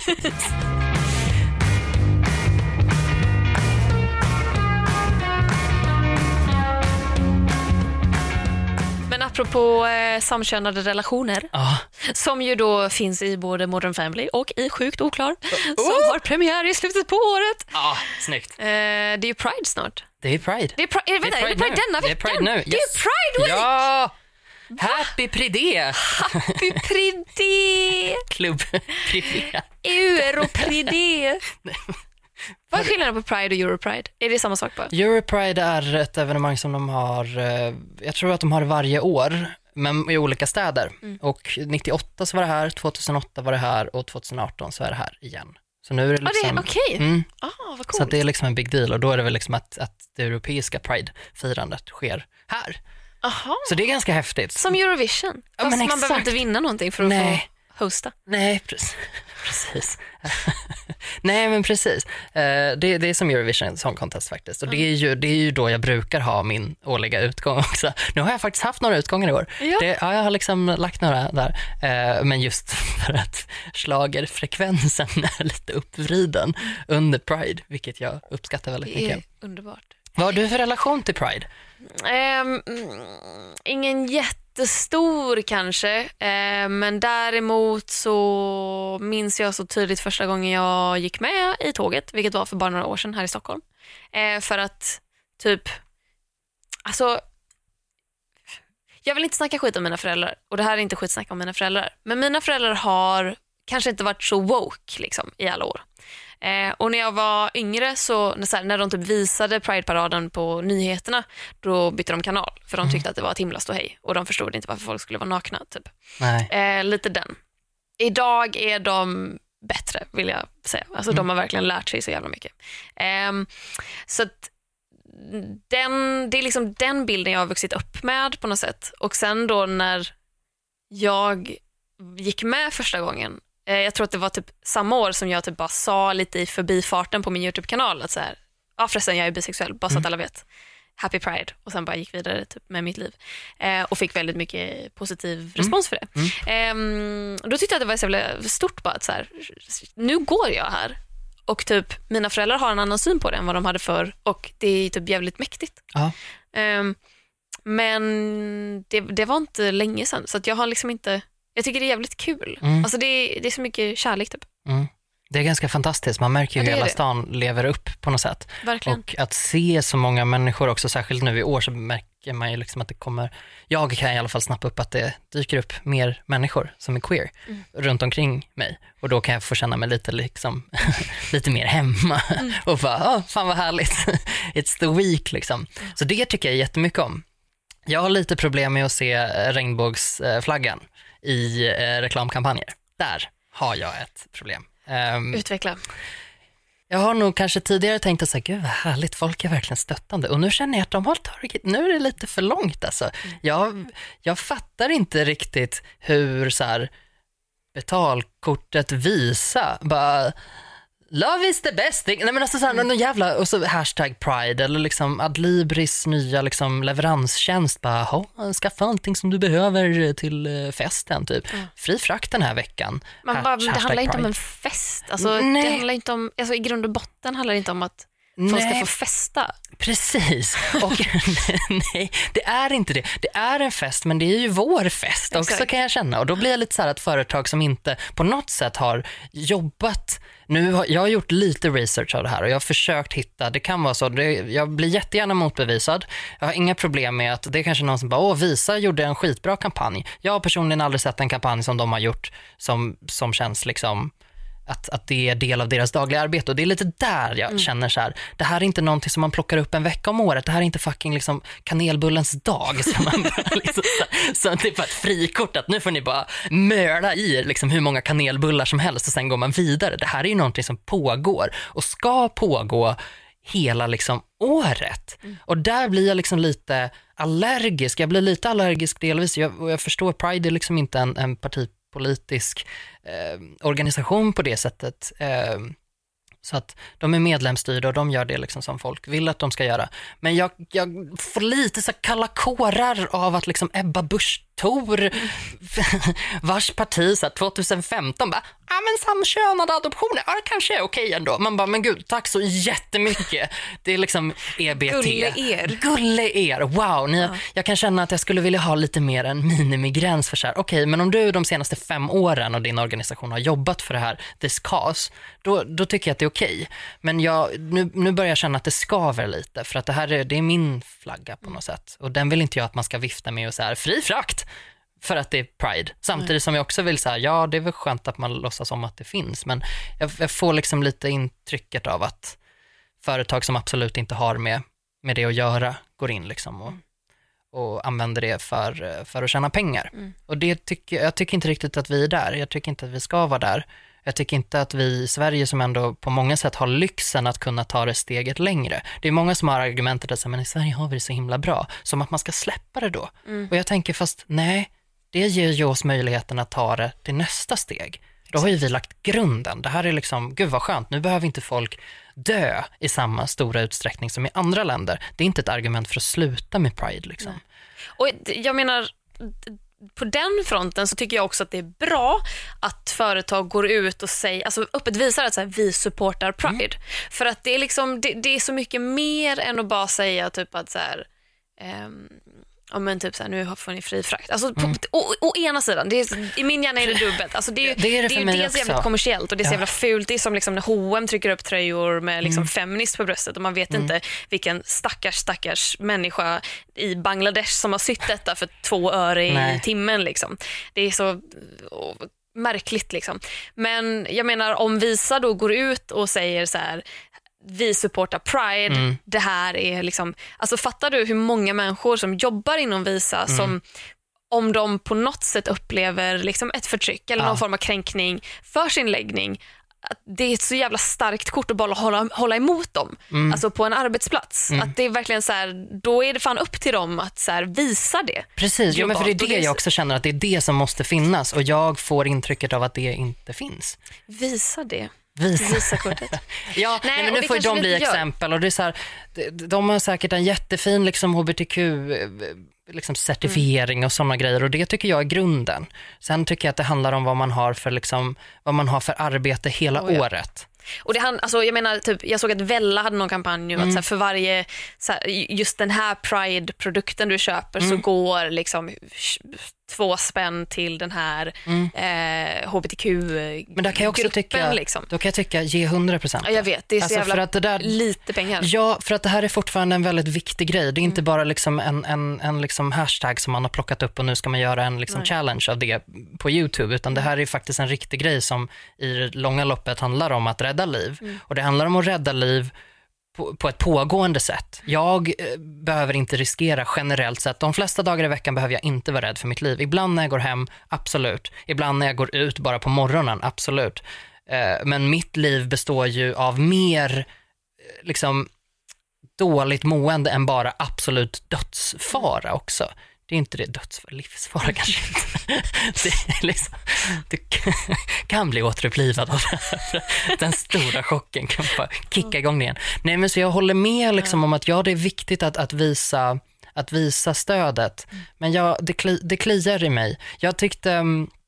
Men apropå samkönade relationer, som ju då finns i både Modern Family och i Sjukt oklar, som har premiär i slutet på året. Ja, snyggt. Det är ju Pride snart. Det är Pride. Det är Pride denna veckan. Det är Pride nu. Yes. Det är Pride Week. Ja! Happy Pride! Happy Pride! Klubb Pride. Europride. Vad är skillnaden på Pride och Europride? Är det samma sak bara? Europride är ett evenemang som de har, jag tror att de har varje år, men i olika städer. Och 98 så var det här, 2008 var det här och 2018 så är det här igen. Så nu är det liksom... det är okej. Vad coolt. Så det är liksom en big deal, och då är det väl liksom att det europeiska Pride-firandet sker här. Aha. Så det är ganska häftigt. Som Eurovision. Fast man behöver inte vinna någonting för att få hosta. Nej, precis. Nej, men precis. Det är som Eurovision Song Contest faktiskt. Och det är ju då jag brukar ha min årliga utgång också. Nu har jag faktiskt haft några utgångar i år. Ja. Jag har liksom lagt några där. Men just för att schlagerfrekvensen är lite uppvriden under Pride, vilket jag uppskattar väldigt mycket. Det är underbart. Vad har du för relation till Pride? Ingen jättestor kanske, men däremot så minns jag så tydligt första gången jag gick med i tåget, vilket var för bara några år sedan här i Stockholm. För att typ, alltså, jag vill inte snacka skit om mina föräldrar, och det här är inte skitsnack om mina föräldrar, men mina föräldrar har kanske inte varit så woke liksom i alla år. Och när jag var yngre så när de typ visade Pride-paraden på nyheterna, då bytte de kanal, för de tyckte att det var ett himla ståhej, och de förstod inte varför folk skulle vara nakna typ. Lite den. Idag är de bättre, vill jag säga. Alltså de har verkligen lärt sig så jävla mycket. Så att det är liksom den bilden jag har vuxit upp med på något sätt. Och sen då när jag gick med första gången, jag tror att det var typ samma år som jag typ bara sa lite i förbifarten på min YouTube-kanal att så här, förresten jag är bisexuell, bara så att alla vet. Happy Pride. Och sen bara gick vidare typ med mitt liv. Och fick väldigt mycket positiv respons för det. Då tyckte jag att det var så jävla stort bara att så här, nu går jag här Och typ mina föräldrar har en annan syn på det än vad de hade förr, och det är typ jävligt mäktigt. Ja. Men det var inte länge sedan, så att jag har liksom inte, jag tycker det är jävligt kul. Alltså det är så mycket kärlek typ. Det är ganska fantastiskt. Man märker ju hela stan lever upp på något sätt. Verkligen. Och att se så många människor också, särskilt nu i år, så märker man ju liksom att det kommer, jag kan i alla fall snappa upp att det dyker upp mer människor som är queer runt omkring mig. Och då kan jag få känna mig lite liksom lite mer hemma och bara, fan vad härligt. It's the week liksom. Så det tycker jag jättemycket om. Jag har lite problem med att se regnbågsflaggan i reklamkampanjer. Där har jag ett problem. Utveckla. Jag har nog kanske tidigare tänkt att säga, gud vad härligt, folk är verkligen stöttande. Och nu känner jag att de har tagit, nu är det lite för långt alltså. Jag fattar inte riktigt hur så här, betalkortet Visa bara, love is the best thing. Nej men alltså så här, någon jävla, och så hashtag pride eller liksom Adlibris nya liksom leveranstjänst bara, skaffa allting som du behöver till festen typ. Fri frakt den här veckan. Man bara, det handlar inte om en fest. Alltså, det handlar inte om, alltså, i grund och botten handlar det inte om att folk ska få festa. Precis. Och nej, det är inte det. Det är en fest, men det är ju vår fest också. Exakt. Kan jag känna. Och då blir det lite så här att företag som inte på något sätt har jobbat. Jag har gjort lite research av det här och jag har försökt hitta, det kan vara så, jag blir jättegärna motbevisad. Jag har inga problem med att det är kanske någon som bara, Visa gjorde en skitbra kampanj. Jag har personligen aldrig sett en kampanj som de har gjort som känns liksom att det är del av deras dagliga arbete. Och det är lite där jag känner så här, det här är inte någonting som man plockar upp en vecka om året. Det här är inte fucking liksom kanelbullens dag som man bara liksom, så det är bara ett frikort att nu får ni bara möla i liksom hur många kanelbullar som helst och sen går man vidare. Det här är ju någonting som pågår och ska pågå hela liksom året. Och där blir jag liksom lite allergisk. Jag blir lite allergisk delvis. Jag förstår, Pride är liksom inte en partipolitisk organisation på det sättet. Så att de är medlemsstyrda och de gör det liksom som folk vill att de ska göra. Men jag får lite så kalla kårar av att liksom Ebba Busch Thor vars parti så 2015 bara, men samkönade adoptioner, det kanske är okej ändå. Man bara, men gud, tack så jättemycket. Det är liksom EBT. Gulle er. Wow, jag kan känna att jag skulle vilja ha lite mer en minimigräns för så här. Okej, men om du de senaste 5 åren och din organisation har jobbat för det här, this cause, då tycker jag att det är okej. Men nu börjar jag känna att det skaver lite, för att det är min flagga på något sätt. Och den vill inte jag att man ska vifta med och så här, fri frakt för att det är Pride. Samtidigt som jag också vill säga, det är väl skönt att man låtsas om att det finns, men jag får liksom lite intrycket av att företag som absolut inte har med det att göra går in liksom och använder det för att tjäna pengar. Och jag tycker inte riktigt att vi är där. Jag tycker inte att vi ska vara där. Jag tycker inte att vi i Sverige, som ändå på många sätt har lyxen att kunna ta det steget längre. Det är många som har argumentet att säga, men i Sverige har vi det så himla bra, som att man ska släppa det då. Och jag tänker, fast nej, det ger ju oss möjligheten att ta det till nästa steg. Då har ju vi lagt grunden. Det här är liksom, gud vad skönt, nu behöver inte folk dö i samma stora utsträckning som i andra länder. Det är inte ett argument för att sluta med Pride liksom. Nej. Och jag menar, på den fronten så tycker jag också att det är bra att företag går ut och säger, alltså öppet visar att så här, vi supportar Pride. För att det är liksom, det är så mycket mer än att bara säga typ att så här, men typ så här, nu får ni fri frakt. Alltså å ena sidan, i min hjärna är det dubbelt. Alltså det är ju dels jävligt kommersiellt och det är så jävla fult. Det är som liksom när H&M trycker upp tröjor med liksom feminist på bröstet och man vet inte vilken stackars människa i Bangladesh som har sytt detta för 2 öre i timmen liksom. Det är så märkligt liksom. Men jag menar, om Visa då går ut och säger så här, vi supportar Pride, det här är liksom, alltså fattar du hur många människor som jobbar inom Visa som, om de på något sätt upplever liksom ett förtryck eller någon form av kränkning för sin läggning, att det är ett så jävla starkt kort att bara hålla emot dem, alltså på en arbetsplats, att det är verkligen så här, då är det fan upp till dem att så här, visa det. Precis, men för det är det jag också känner, att det är det som måste finnas, och jag får intrycket av att det inte finns. Visa det. Visa-kortet. Ja, nej, men nu får de bli exempel, och det är så här, de har säkert en jättefin liksom HBTQ liksom certifiering och sådana grejer, och det tycker jag är grunden. Sen tycker jag att det handlar om vad man har för liksom, vad man har för arbete hela året. Och det alltså, jag menar, typ, jag såg att Vella hade någon kampanj nu att så här, för varje så här, just den här Pride-produkten du köper så går liksom 2 spänn till den här HBTQ-gruppen. Men där kan jag också tycka, liksom. Då kan jag tycka, ge 100%. Ja, jag vet, det är så jävla för att det där, lite pengar. Ja, för att det här är fortfarande en väldigt viktig grej. Det är inte bara liksom en liksom hashtag som man har plockat upp och nu ska man göra en liksom challenge av det på YouTube, utan det här är faktiskt en riktig grej som i det långa loppet handlar om att rädda liv. Och det handlar om att rädda liv på ett pågående sätt. Jag behöver inte riskera generellt sett. De flesta dagar i veckan behöver jag inte vara rädd för mitt liv. Ibland när jag går hem, absolut. Ibland när jag går ut bara på morgonen, absolut. Men mitt liv består ju av mer liksom dåligt mående än bara absolut dödsfara också. Det är inte det livsfara kanske inte. Det, är liksom, det kan bli återupplivad av den stora chocken kan bara kicka igång igen. Nej, men så jag håller med liksom om att det är viktigt att visa stödet. Men det kliar i mig. Jag tyckte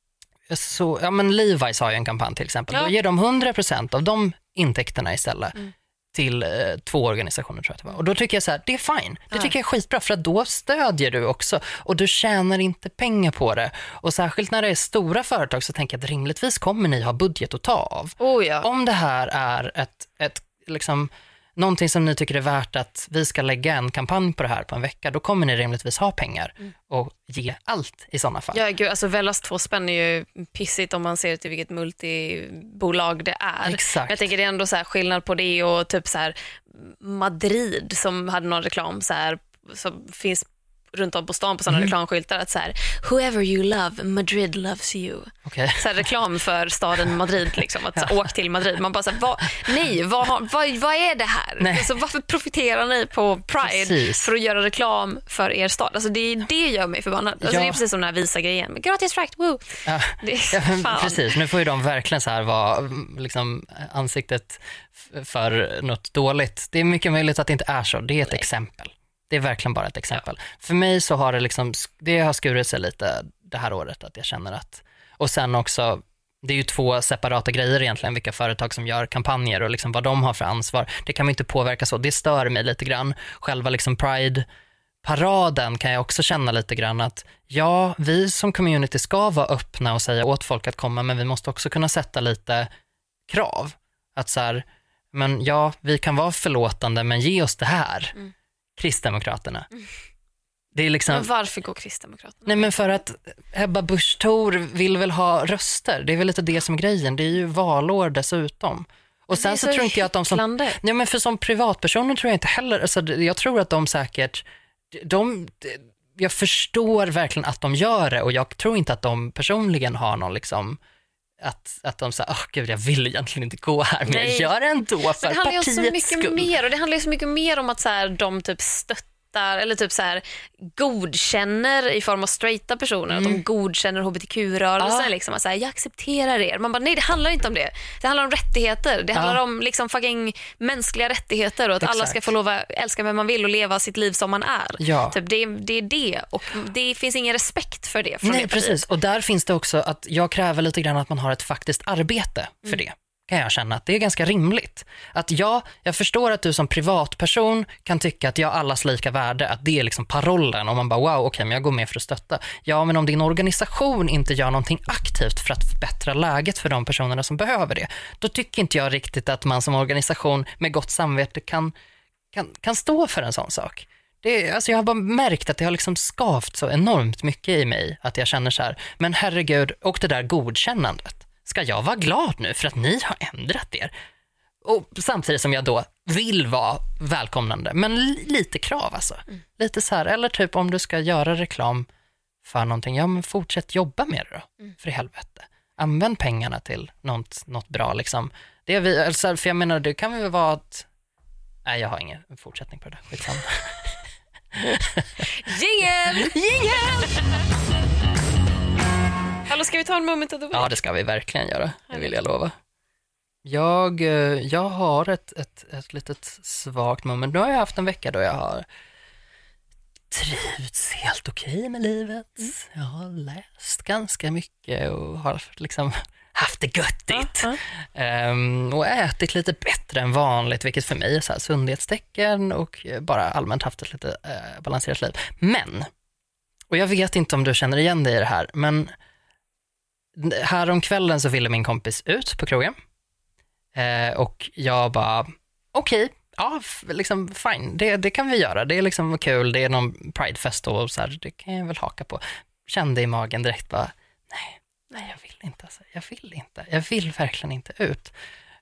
men Levi's har ju en kampanj till exempel. Då ger de 100% av de intäkterna istället. Till 2 organisationer tror jag det var. Och då tycker jag så här, det är fine. Det tycker jag är skitbra för att då stödjer du också och du tjänar inte pengar på det. Och särskilt när det är stora företag så tänker jag att rimligtvis kommer ni ha budget att ta av. Om det här är ett liksom någonting som ni tycker är värt att vi ska lägga en kampanj på det här på en vecka, då kommer ni rimligtvis ha pengar och ge allt i sådana fall. Ja, gud, alltså Vellas 2 spänn är ju pissigt om man ser till vilket multibolag det är. Exakt. Men jag tänker det är ändå så här skillnad på det och typ så här Madrid som hade någon reklam så här som finns runt om på stan på sådana reklamskyltar att så här, whoever you love, Madrid loves you. Okay. Så här, reklam för staden Madrid liksom, att så här, åk till Madrid. Man bara så här, vad är det här? Alltså, varför profiterar ni på Pride för att göra reklam för er stad? Alltså det gör mig förbannad. Alltså, det är precis som den här visa-grejen. Gratis frakt, woo! Precis, nu får ju de verkligen så här vara liksom ansiktet för något dåligt. Det är mycket möjligt att det inte är så. Det är ett exempel. Det är verkligen bara ett exempel. För mig så har det har skurit sig lite det här året att jag känner att, och sen också, det är ju 2 separata grejer egentligen, vilka företag som gör kampanjer och liksom vad de har för ansvar. Det kan man inte påverka så, det stör mig lite grann. Själva liksom Pride-paraden kan jag också känna lite grann att vi som community ska vara öppna och säga åt folk att komma, men vi måste också kunna sätta lite krav. Att så här, men vi kan vara förlåtande, men ge oss det här. Kristdemokraterna. Det är liksom, men varför går Kristdemokraterna? Nej, men för att Ebba Busch Thor vill väl ha röster. Det är väl lite det som är grejen. Det är ju valår dessutom. Och sen så tror inte jag att de som... Nej, men för som privatpersoner tror jag inte heller... Alltså, jag tror att de säkert... Jag förstår verkligen att de gör det och jag tror inte att de personligen har någon liksom... Att de säger, gud, jag vill egentligen inte gå här, men jag gör det ändå för partiets skull. Och det handlar ju så mycket mer om att så här, de typ stöttar eller typ så här godkänner i form av straighta personer, att de godkänner hbtq-rörelsen liksom, att så här, jag accepterar er. Man bara, nej, det handlar inte om det. Det handlar om rättigheter. Det handlar om liksom fucking mänskliga rättigheter och att alla ska få lov att älska vem man vill och leva sitt liv som man är. Typ, det är det, och det finns ingen respekt för det från det partiet. Precis. Och där finns det också att jag kräver lite grann att man har ett faktiskt arbete för det. Kan jag känna att det är ganska rimligt. Att jag förstår att du som privatperson kan tycka att allas lika värde, att det är liksom parollen, och man bara wow, okej, men jag går med för att stötta. Ja, men om din organisation inte gör någonting aktivt för att förbättra läget för de personerna som behöver det, då tycker inte jag riktigt att man som organisation med gott samvete kan stå för en sån sak. Alltså jag har bara märkt att det har liksom skavt så enormt mycket i mig att jag känner så här, men herregud, och det där godkännandet. Ska jag vara glad nu för att ni har ändrat er? Och samtidigt som jag då vill vara välkomnande, men lite krav alltså. Lite så här, eller typ om du ska göra reklam för någonting, men fortsätt jobba med det då, för i helvete. Använd pengarna till något bra liksom. Det är vi, alltså, för jag menar, det kan väl vara att... Nej, jag har ingen fortsättning på det. Skitsamma. Jingel! Hallå, ska vi ta en moment of the week? Ja, det ska vi verkligen göra. Det vill jag lova. Jag har ett litet svagt moment. Nu har jag haft en vecka då jag har trivts helt okej med livet. Jag har läst ganska mycket och har liksom haft det göttigt. Och ätit lite bättre än vanligt, vilket för mig är så här sundhetstecken och bara allmänt haft ett lite balanserat liv. Men, och jag vet inte om du känner igen dig i det här, men här om kvällen så ville min kompis ut på krogen. Och jag bara, okej, ja, liksom fine, det kan vi göra. Det är liksom kul, det är någon pridefest och så här, det kan jag väl haka på. Kände i magen direkt bara, nej, jag vill inte. Alltså. Jag vill verkligen inte ut.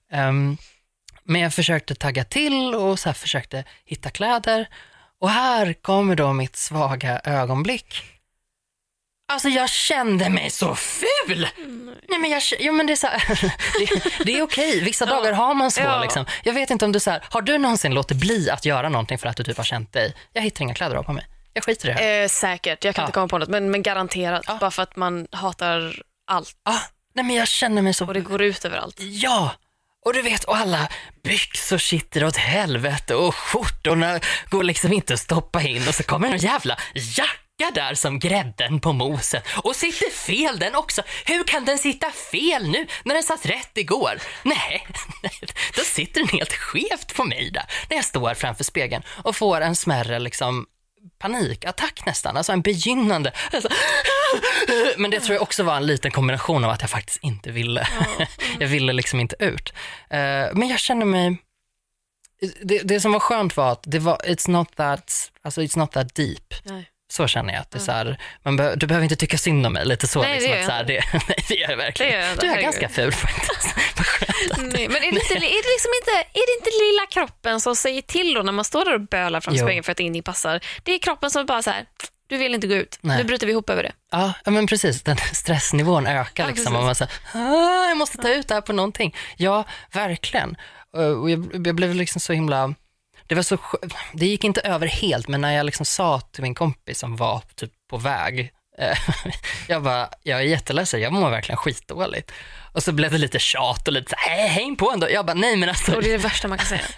Men jag försökte tagga till och så här försökte hitta kläder. Och här kommer då mitt svaga ögonblick. Alltså jag kände mig så ful. Nej men det är så här, det är okej. Vissa dagar har man så liksom. Jag vet inte om du så här, har du någonsin låtit bli att göra någonting för att du typ har känt dig, jag hittar inga kläder på mig. Jag skiter i det här. Säkert, jag kan inte komma på något, men garanterat. Bara för att man hatar allt. Nej men jag känner mig så. Och det går ut över allt. Ja. Och du vet, och alla byxor sitter åt helvete och skjortorna går liksom inte att stoppa in och så kommer en jävla jacka där som grädden på mosen och sitter fel den också. Hur kan den sitta fel nu när den satt rätt igår? Nej, då sitter den helt skevt på mig där när jag står framför spegeln och får en smärre liksom panikattack nästan, alltså en begynnande alltså, men det tror jag också var en liten kombination av att jag faktiskt inte ville jag ville liksom inte ut, men jag känner mig det som var skönt var att det var it's not that deep. Nej. Så känner jag att det är så här, du behöver inte tycka synd om mig lite så. Nej, liksom, att så här, det gör jag verkligen. Du är ganska ful faktiskt. Nej, men är det inte lilla kroppen som säger till då när man står där och bölar fram spegeln för att in i passar? Det är kroppen som bara så här, du vill inte gå ut. Nej. Nu bryter vi ihop över det. Ja, men precis. Den stressnivån ökar liksom. Och man säger, jag måste ta ut det här på någonting. Ja, verkligen. Och jag blev liksom så himla... Det gick inte över helt, men när jag liksom sa till min kompis som var typ på väg, jag är jätteledsen, jag mår verkligen skitdåligt. Och så blev det lite tjat och lite häng på ändå. Jag bara, nej men alltså. Och det är det värsta man kan säga.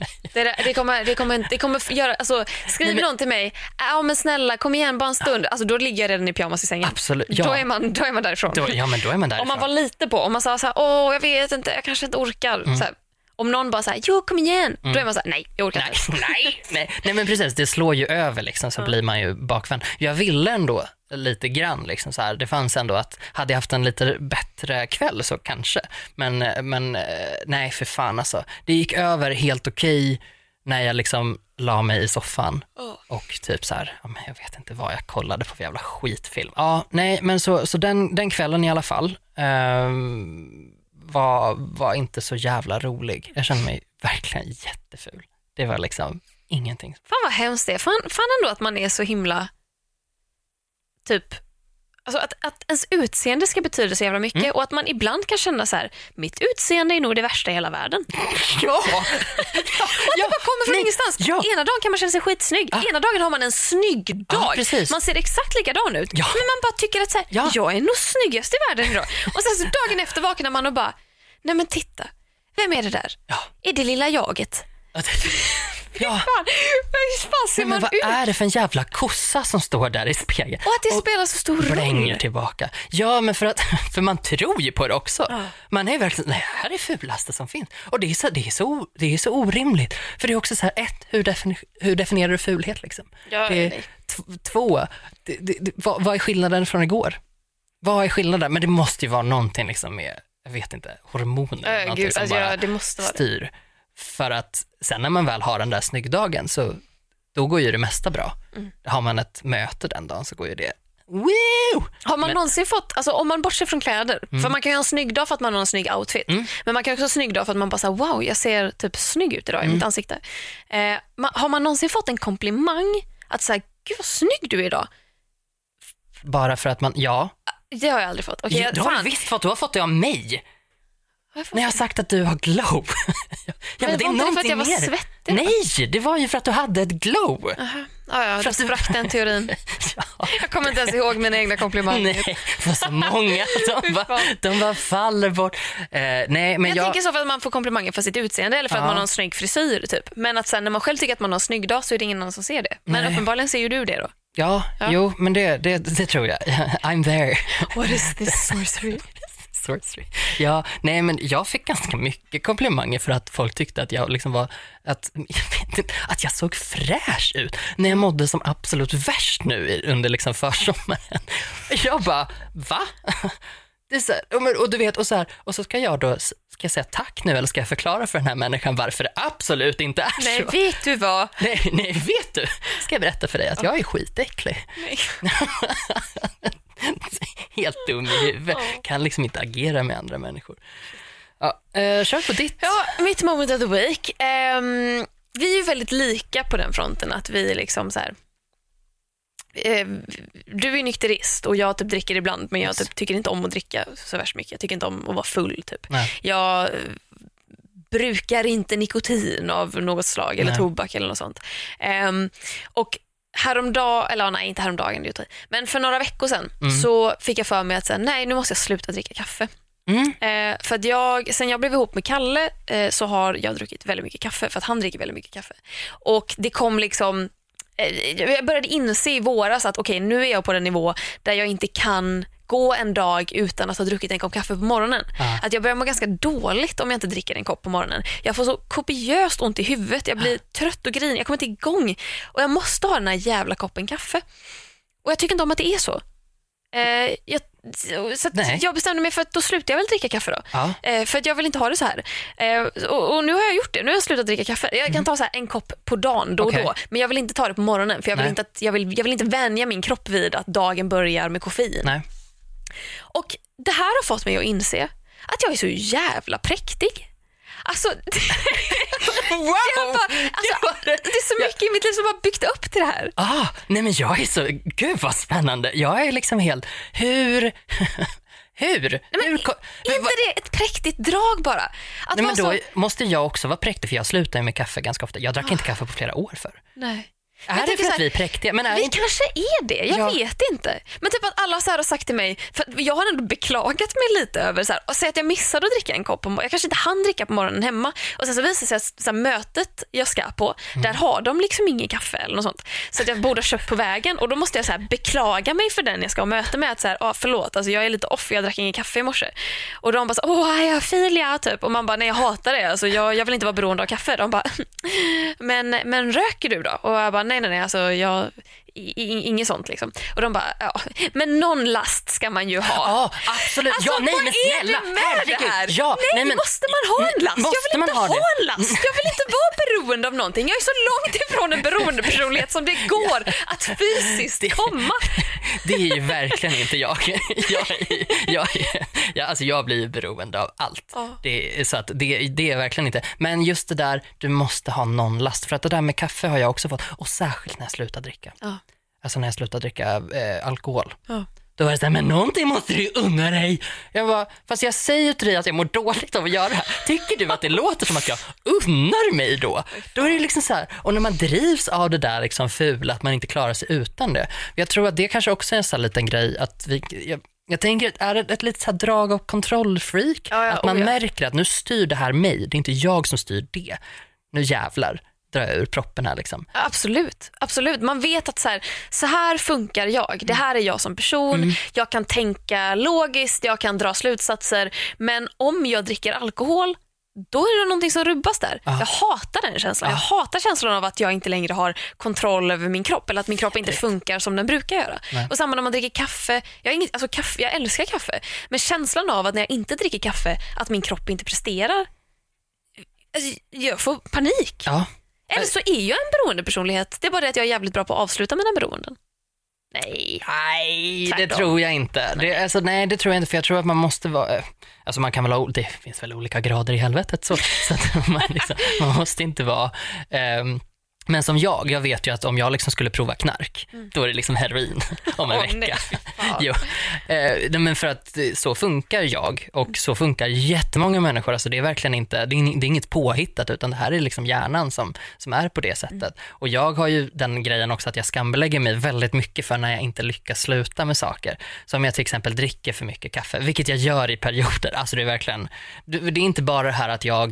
Det kommer göra, alltså skriv någon till mig, men snälla kom igen bara en stund. Alltså då ligger jag redan i pyjamas i sängen. Absolut, ja. Då är man därifrån. Då är man därifrån. Om man var lite på, om man sa så här, jag vet inte, jag kanske inte orkar. Så här, om någon bara säger, jo kom igen, då är man så här, nej, jag orkar inte. Nej, men precis, det slår ju över liksom, så blir man ju bakvänd. Jag ville ändå lite grann liksom så här, det fanns ändå att hade jag haft en lite bättre kväll så kanske, men nej för fan alltså. Det gick över helt okej när jag liksom la mig i soffan och typ så här, jag vet inte vad jag kollade på för jävla skitfilm. Ja, nej, men så den kvällen i alla fall var inte så jävla rolig. Jag kände mig verkligen jätteful. Det var liksom ingenting. Fan vad hemskt det är. Fan ändå att man är så himla typ, alltså att ens utseende ska betyda så jävla mycket och att man ibland kan känna så här, mitt utseende är nog det värsta i hela världen. Ja. Och det bara kommer från ingenstans. Ja. Ena dagen kan man känna sig skitsnygg. Ena dagen har man en snygg dag. Man ser exakt likadan ut. Ja. Men man bara tycker att så här, jag är nog snyggast i världen idag. Och sen så dagen efter vaknar man och bara, nej men titta, vem är det där? Ja. Är det lilla jaget? Ja. Men vad är det för en jävla kossa som står där i spegeln? Och att det spelar så stor roll. Bränger tillbaka. Ja, men för man tror ju på det också. Ja. Man är verkligen, nej, här är fulaste som finns. Och det är så orimligt. För det är också så här, hur definierar du fulhet liksom? Ja, det är, två, vad är skillnaden från igår? Vad är skillnaden? Men det måste ju vara någonting liksom med, jag vet inte, hormoner. Gud, som bara det måste vara styr. Det. För att sen när man väl har den där snyggdagen så då går ju det mesta bra. Har man ett möte den dagen så går ju det. Woo! Har man någonsin fått, alltså om man bortser från kläder, för man kan ju ha en snygg dag för att man har en snygg outfit, men man kan också ha en snygg dag för att man bara säger wow, jag ser typ snygg ut idag i mitt ansikte. Har man någonsin fått en komplimang att säga, gud vad snygg du är idag? Bara för att man, ja. Det har jag aldrig fått. Okay, du har visst fått, du har fått det av mig. När jag har sagt att du har glow. Men det är någonting för att jag var svettig. Nej, det var ju för att du hade ett glow. Ja, du sprack den teorin. Ja. Jag kommer inte ens ihåg mina egna komplimanger. Nej, för så många. De bara faller bort. Nej, men jag tänker så för att man får komplimanger för sitt utseende eller för att man har en snygg frisyr typ. Men att sen när man själv tycker att man har en snygg dag så är det ingen annan som ser det. Men uppenbarligen ser ju du det då. Ja, jo, men det tror jag. I'm there. What is this sorcery? Ja, nej men jag fick ganska mycket komplimanger för att folk tyckte att jag liksom var, att jag såg fräsch ut när jag mådde som absolut värst nu under liksom försommaren. Jag bara, va? Det är så här, och du vet, och så ska jag säga tack nu eller ska jag förklara för den här människan varför det absolut inte är Nej, så? vet du vad? Nej, vet du? Ska jag berätta för dig att jag är skitäcklig. Nej. Helt dum i huvudet. Kan liksom inte agera med andra människor. Ja, kör på ditt. Ja, mitt moment of the week. Vi är ju väldigt lika på den fronten att vi liksom så här. Du är nykterist och jag typ dricker ibland, men jag typ tycker inte om att dricka så värst mycket. Jag tycker inte om att vara full typ. Nej. Jag brukar inte nikotin av något slag eller tobak eller något sånt. Och häromdagen, eller nej inte häromdagen, men för några veckor sedan så fick jag för mig att säga, nej, nu måste jag sluta dricka kaffe. För att sen jag blev ihop med Kalle så har jag druckit väldigt mycket kaffe, för att han dricker väldigt mycket kaffe. Och det kom liksom, jag började inse i våras att okej, nu är jag på den nivå där jag inte kan gå en dag utan att ha druckit en kopp kaffe på morgonen. Att jag börjar må ganska dåligt om jag inte dricker en kopp på morgonen. Jag får så kopiöst ont i huvudet. Jag blir trött och grinig. Jag kommer inte igång. Och jag måste ha den här jävla koppen kaffe. Och jag tycker inte om att det är så. Så jag bestämde mig för att då slutar jag väl dricka kaffe då. För att jag vill inte ha det så här. Och nu har jag gjort det. Nu har jag slutat dricka kaffe. Jag kan ta så här en kopp på dagen då och då. Men jag vill inte ta det på morgonen. För jag vill inte vänja min kropp vid att dagen börjar med koffein. Nej. Och det här har fått mig att inse att jag är så jävla präktig. Alltså, wow! Det är så mycket i mitt liv som har byggt upp till det här. Nej men jag är så, gud vad spännande. Jag är liksom helt, hur? Nej, men, är inte det ett präktigt drag bara? Att nej men då måste jag också vara präktig, för jag slutar med kaffe ganska ofta. Jag drack inte kaffe på flera år för. Nej. Är det för att vi är präktiga? Men vi kanske är det, jag vet inte. Men typ att alla så här har sagt till mig, för jag har ändå beklagat mig lite över så här, och säga att jag missade att dricka en kopp på morgonen. Jag kanske inte hann dricka på morgonen hemma. Och sen så visar det sig att så här, mötet jag ska på, där har de liksom ingen kaffe eller något sånt. Så att jag borde ha köpt på vägen. Och då måste jag så här beklaga mig för den jag ska ha möte med. Att så här, förlåt, alltså jag är lite off, jag drack ingen kaffe i morse. Och de bara så, jag filia typ. Och man bara, nej jag hatar det, alltså, jag vill inte vara beroende av kaffe. De bara, men röker du då? Och jag bara, nej, alltså inget sånt liksom. Och de bara, men någon last ska man ju ha. Ja, absolut. Alltså, nej men snälla, herregud. Ja, nej, men måste man ha en last? Jag vill inte ha en last. Jag vill inte vara beroende av någonting. Jag är så långt ifrån en beroendepersonlighet som det går att fysiskt komma. Det är ju verkligen inte jag. Alltså jag blir beroende av allt. Det är så att det är verkligen inte. Men just det där, du måste ha någon last. För att det där med kaffe har jag också fått. Och särskilt när jag slutar dricka. Alltså när jag slutar dricka alkohol. Då var det så här, men någonting måste du unna dig. Jag bara, fast jag säger till dig att jag mår dåligt av att göra det här. Tycker du att det låter som att jag unnar mig då? Då är det liksom så här, och när man drivs av det där liksom fula, att man inte klarar sig utan det. Jag tror att det kanske också är en sån här liten grej att jag tänker att är det ett litet så här drag av kontrollfreak? Att man märker att nu styr det här mig, det är inte jag som styr det. Nu jävlar. Dra ur proppen här liksom. Absolut. Man vet att så här funkar jag. Det här är jag som person. Jag kan tänka logiskt, jag kan dra slutsatser. Men om jag dricker alkohol, då är det någonting som rubbas där. Jag hatar den känslan. Jag hatar känslan av att jag inte längre har kontroll över min kropp. Eller att min kropp inte funkar som den brukar göra. Och samma när man dricker kaffe. Jag älskar kaffe. Men känslan av att när jag inte dricker kaffe, att min kropp inte presterar, jag får panik. Eller så är jag en beroendepersonlighet. Det är bara det att jag är jävligt bra på att avsluta mina beroenden. Nej, det tror jag inte. Det tror jag inte, för jag tror att man måste vara... Alltså man kan väl det finns väl olika grader i helvetet så att man måste inte vara... Men som jag vet ju att om jag liksom skulle prova knark, då är det liksom heroin om en vecka. Men för att så funkar jag och så funkar jättemånga människor. Alltså det är verkligen inte, det är inget påhittat, utan det här är liksom hjärnan som är på det sättet. Och jag har ju den grejen också att jag skambelägger mig väldigt mycket för när jag inte lyckas sluta med saker. Så om jag till exempel dricker för mycket kaffe, vilket jag gör i perioder. Alltså det är verkligen, det är inte bara det här att jag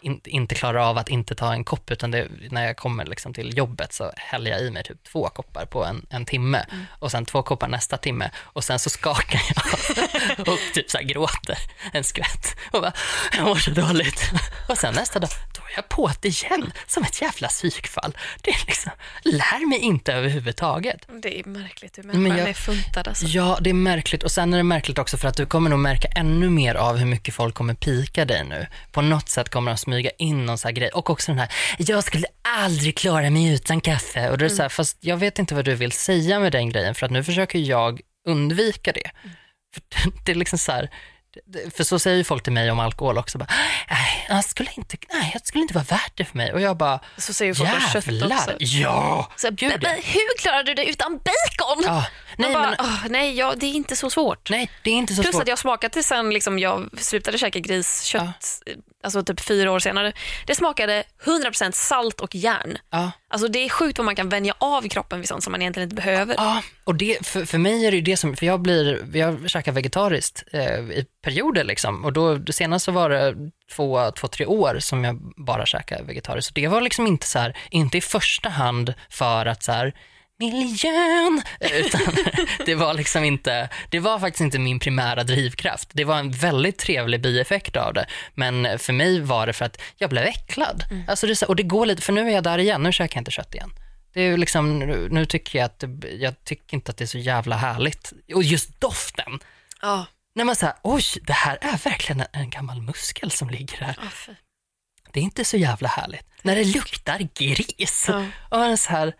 inte klarar av att inte ta en kopp, utan när jag kommer liksom till jobbet så häller jag i mig typ 2 koppar på en timme och sen 2 koppar nästa timme och sen så skakar jag och typ så här gråter en skvätt och bara, jag mår så dåligt. Och sen nästa dag, då är jag på det igen som ett jävla psykfall. Det är liksom, lär mig inte överhuvudtaget. Det är märkligt hur människan är funtad alltså. Ja, det är märkligt. Och sen är det märkligt också för att du kommer nog märka ännu mer av hur mycket folk kommer pika dig nu. På något sätt kommer de smyga in någon sån här grej. Och också den här, jag skulle aldrig klara mig utan kaffe. Och det är så här, fast jag vet inte vad du vill säga med den grejen, för att nu försöker jag undvika det. För det är liksom så här, för så säger ju folk till mig om alkohol också, bara, jag skulle inte vara värt det för mig. Och jag bara, så säger folk om kött också. Ja, så, hur klarar du det utan bacon? Ja, nej, det är inte så svårt. Nej, det är inte så Plus svårt. Att jag smakat det sen liksom jag slutade käka griskött, alltså typ 4 år senare. Det smakade 100% salt och järn. Alltså det är sjukt vad man kan vänja av kroppen vid sånt som man egentligen inte behöver. Ja, och det, för mig är det ju det som, för jag käkar vegetariskt i perioder liksom, och då senast så var det 2-3 år som jag bara käkade vegetariskt. Så det var liksom inte så här, inte i första hand för att så här, miljön, utan det var liksom inte, det var faktiskt inte min primära drivkraft. Det var en väldigt trevlig bieffekt av det, men för mig var det för att jag blev äcklad. Alltså det, och det går lite, för nu är jag där igen, nu käkar jag inte kött igen. Det är ju liksom, nu tycker jag tycker inte att det är så jävla härligt. Och just doften. När man säger, oj, det här är verkligen en gammal muskel som ligger här. Det är inte så jävla härligt. När det luktar gris. Och så här,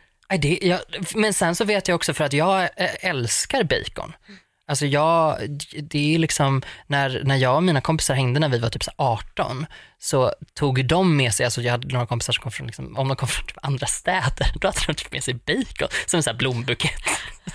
men sen så vet jag också, för att jag älskar bacon. Alltså det är liksom när jag och mina kompisar hängde när vi var typ så 18, så tog de med sig, alltså jag hade några kompisar som kom från liksom, om de kom från typ andra städer, då hade de typ med sig bacon som en sån här blombukett.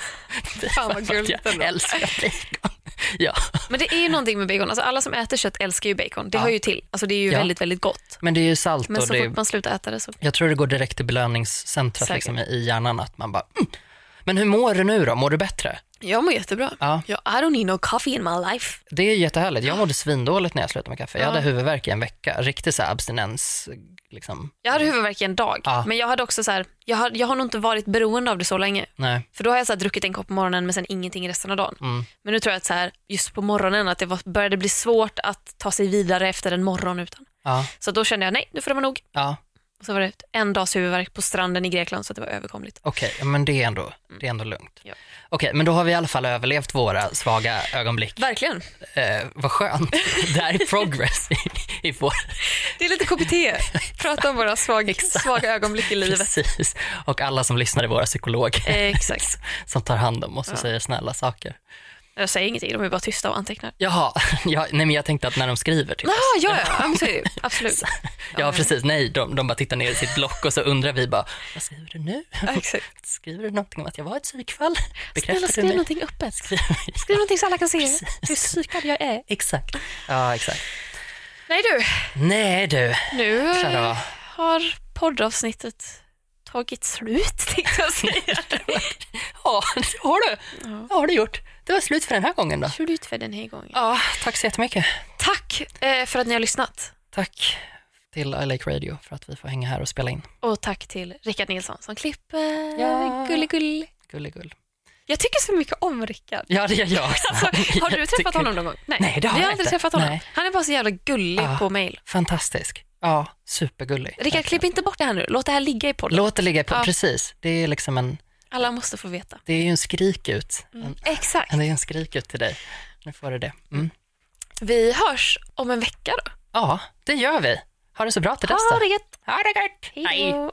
Fan vad gulligt. Jag älskar bacon. Ja. Men det är ju någonting med bacon, alltså alla som äter kött älskar ju bacon. Det hör ju till, alltså det är ju väldigt, väldigt gott. Men det är ju salt. Men och så fort man slutar äta det så. Jag tror det går direkt till belöningscentrat liksom, i hjärnan, att man bara, Men hur mår du nu då? Mår du bättre? Jag mår jättebra. I don't need no coffee in my life. Det är jättehärligt. Jag mådde svindåligt när jag slutade med kaffe. Jag hade huvudvärk i en vecka. Riktigt så här abstinens. Liksom. Jag hade huvudvärk i en dag. Men jag hade också så här, jag har nog inte varit beroende av det så länge. Nej. För då har jag så här, druckit en kopp på morgonen men sen ingenting resten av dagen. Men nu tror jag att så här, just på morgonen att det började bli svårt att ta sig vidare efter en morgon utan. Så då kände jag, nej, nu får det vara nog. Och så var det en dags huvudvärk på stranden i Grekland, så att det var överkomligt. Okej, men det är ändå lugnt. Ja. Okej, men då har vi i alla fall överlevt våra svaga ögonblick. Verkligen. Vad skönt. Det här är progress i vår... Det är lite KBT. Prata om våra svaga ögonblick i livet. Precis. Och alla som lyssnar är våra psykologer. Exakt. Som tar hand om oss och säger snälla saker. Jag säger ingenting, de är bara tysta och antecknar. Jaha, nej, men jag tänkte att när de skriver till oss. Ja, absolut. Ja, precis. Nej, de bara tittar ner i sitt block och så undrar vi bara, vad skriver du nu? Exakt. Skriver du någonting om att jag var ett psykfall? Snälla, skriv någonting öppet. Skriv någonting så alla kan se hur psykad jag är. Exakt. Ja, exakt. Nej du. Nu har poddavsnittet tagit slut, tänkte jag säga. Ja, det har du. Ja, har du gjort. Det var slut för den här gången då. Slut för den här gången. Ja, tack så jättemycket. Tack för att ni har lyssnat. Tack till I Like Radio för att vi får hänga här och spela in. Och tack till Rickard Nilsson som klipper. Ja. Gulligull. Jag tycker så mycket om Rickard. Ja, det gör jag också. Alltså, har du träffat honom någon gång? Nej, det har jag inte. Vi har aldrig träffat honom. Nej. Han är bara så jävla gullig på mail. Fantastisk. Ja, supergullig. Rickard, klipp inte bort det här nu. Låt det här ligga i podden. Låt det ligga i podden, precis. Det är liksom en... Alla måste få veta. Det är ju en skrik ut. Exakt. Det är en skrik ut till dig. Nu får du det. Vi hörs om en vecka då. Ja, det gör vi. Ha det så bra till dess. Ha det gött. Ha det gött. Hej.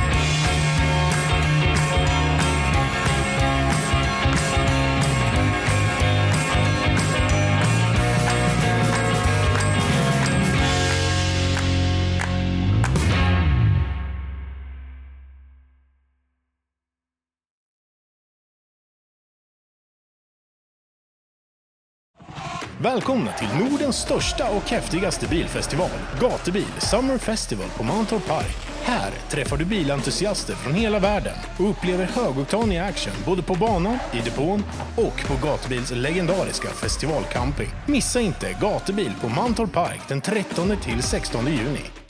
Välkomna till Nordens största och häftigaste bilfestival, Gatubil Summer Festival på Mantorp Park. Här träffar du bilentusiaster från hela världen och upplever högoktanig action både på banan, i depån och på Gatubils legendariska festivalcamping. Missa inte Gatubil på Mantorp Park den 13 till 16 juni.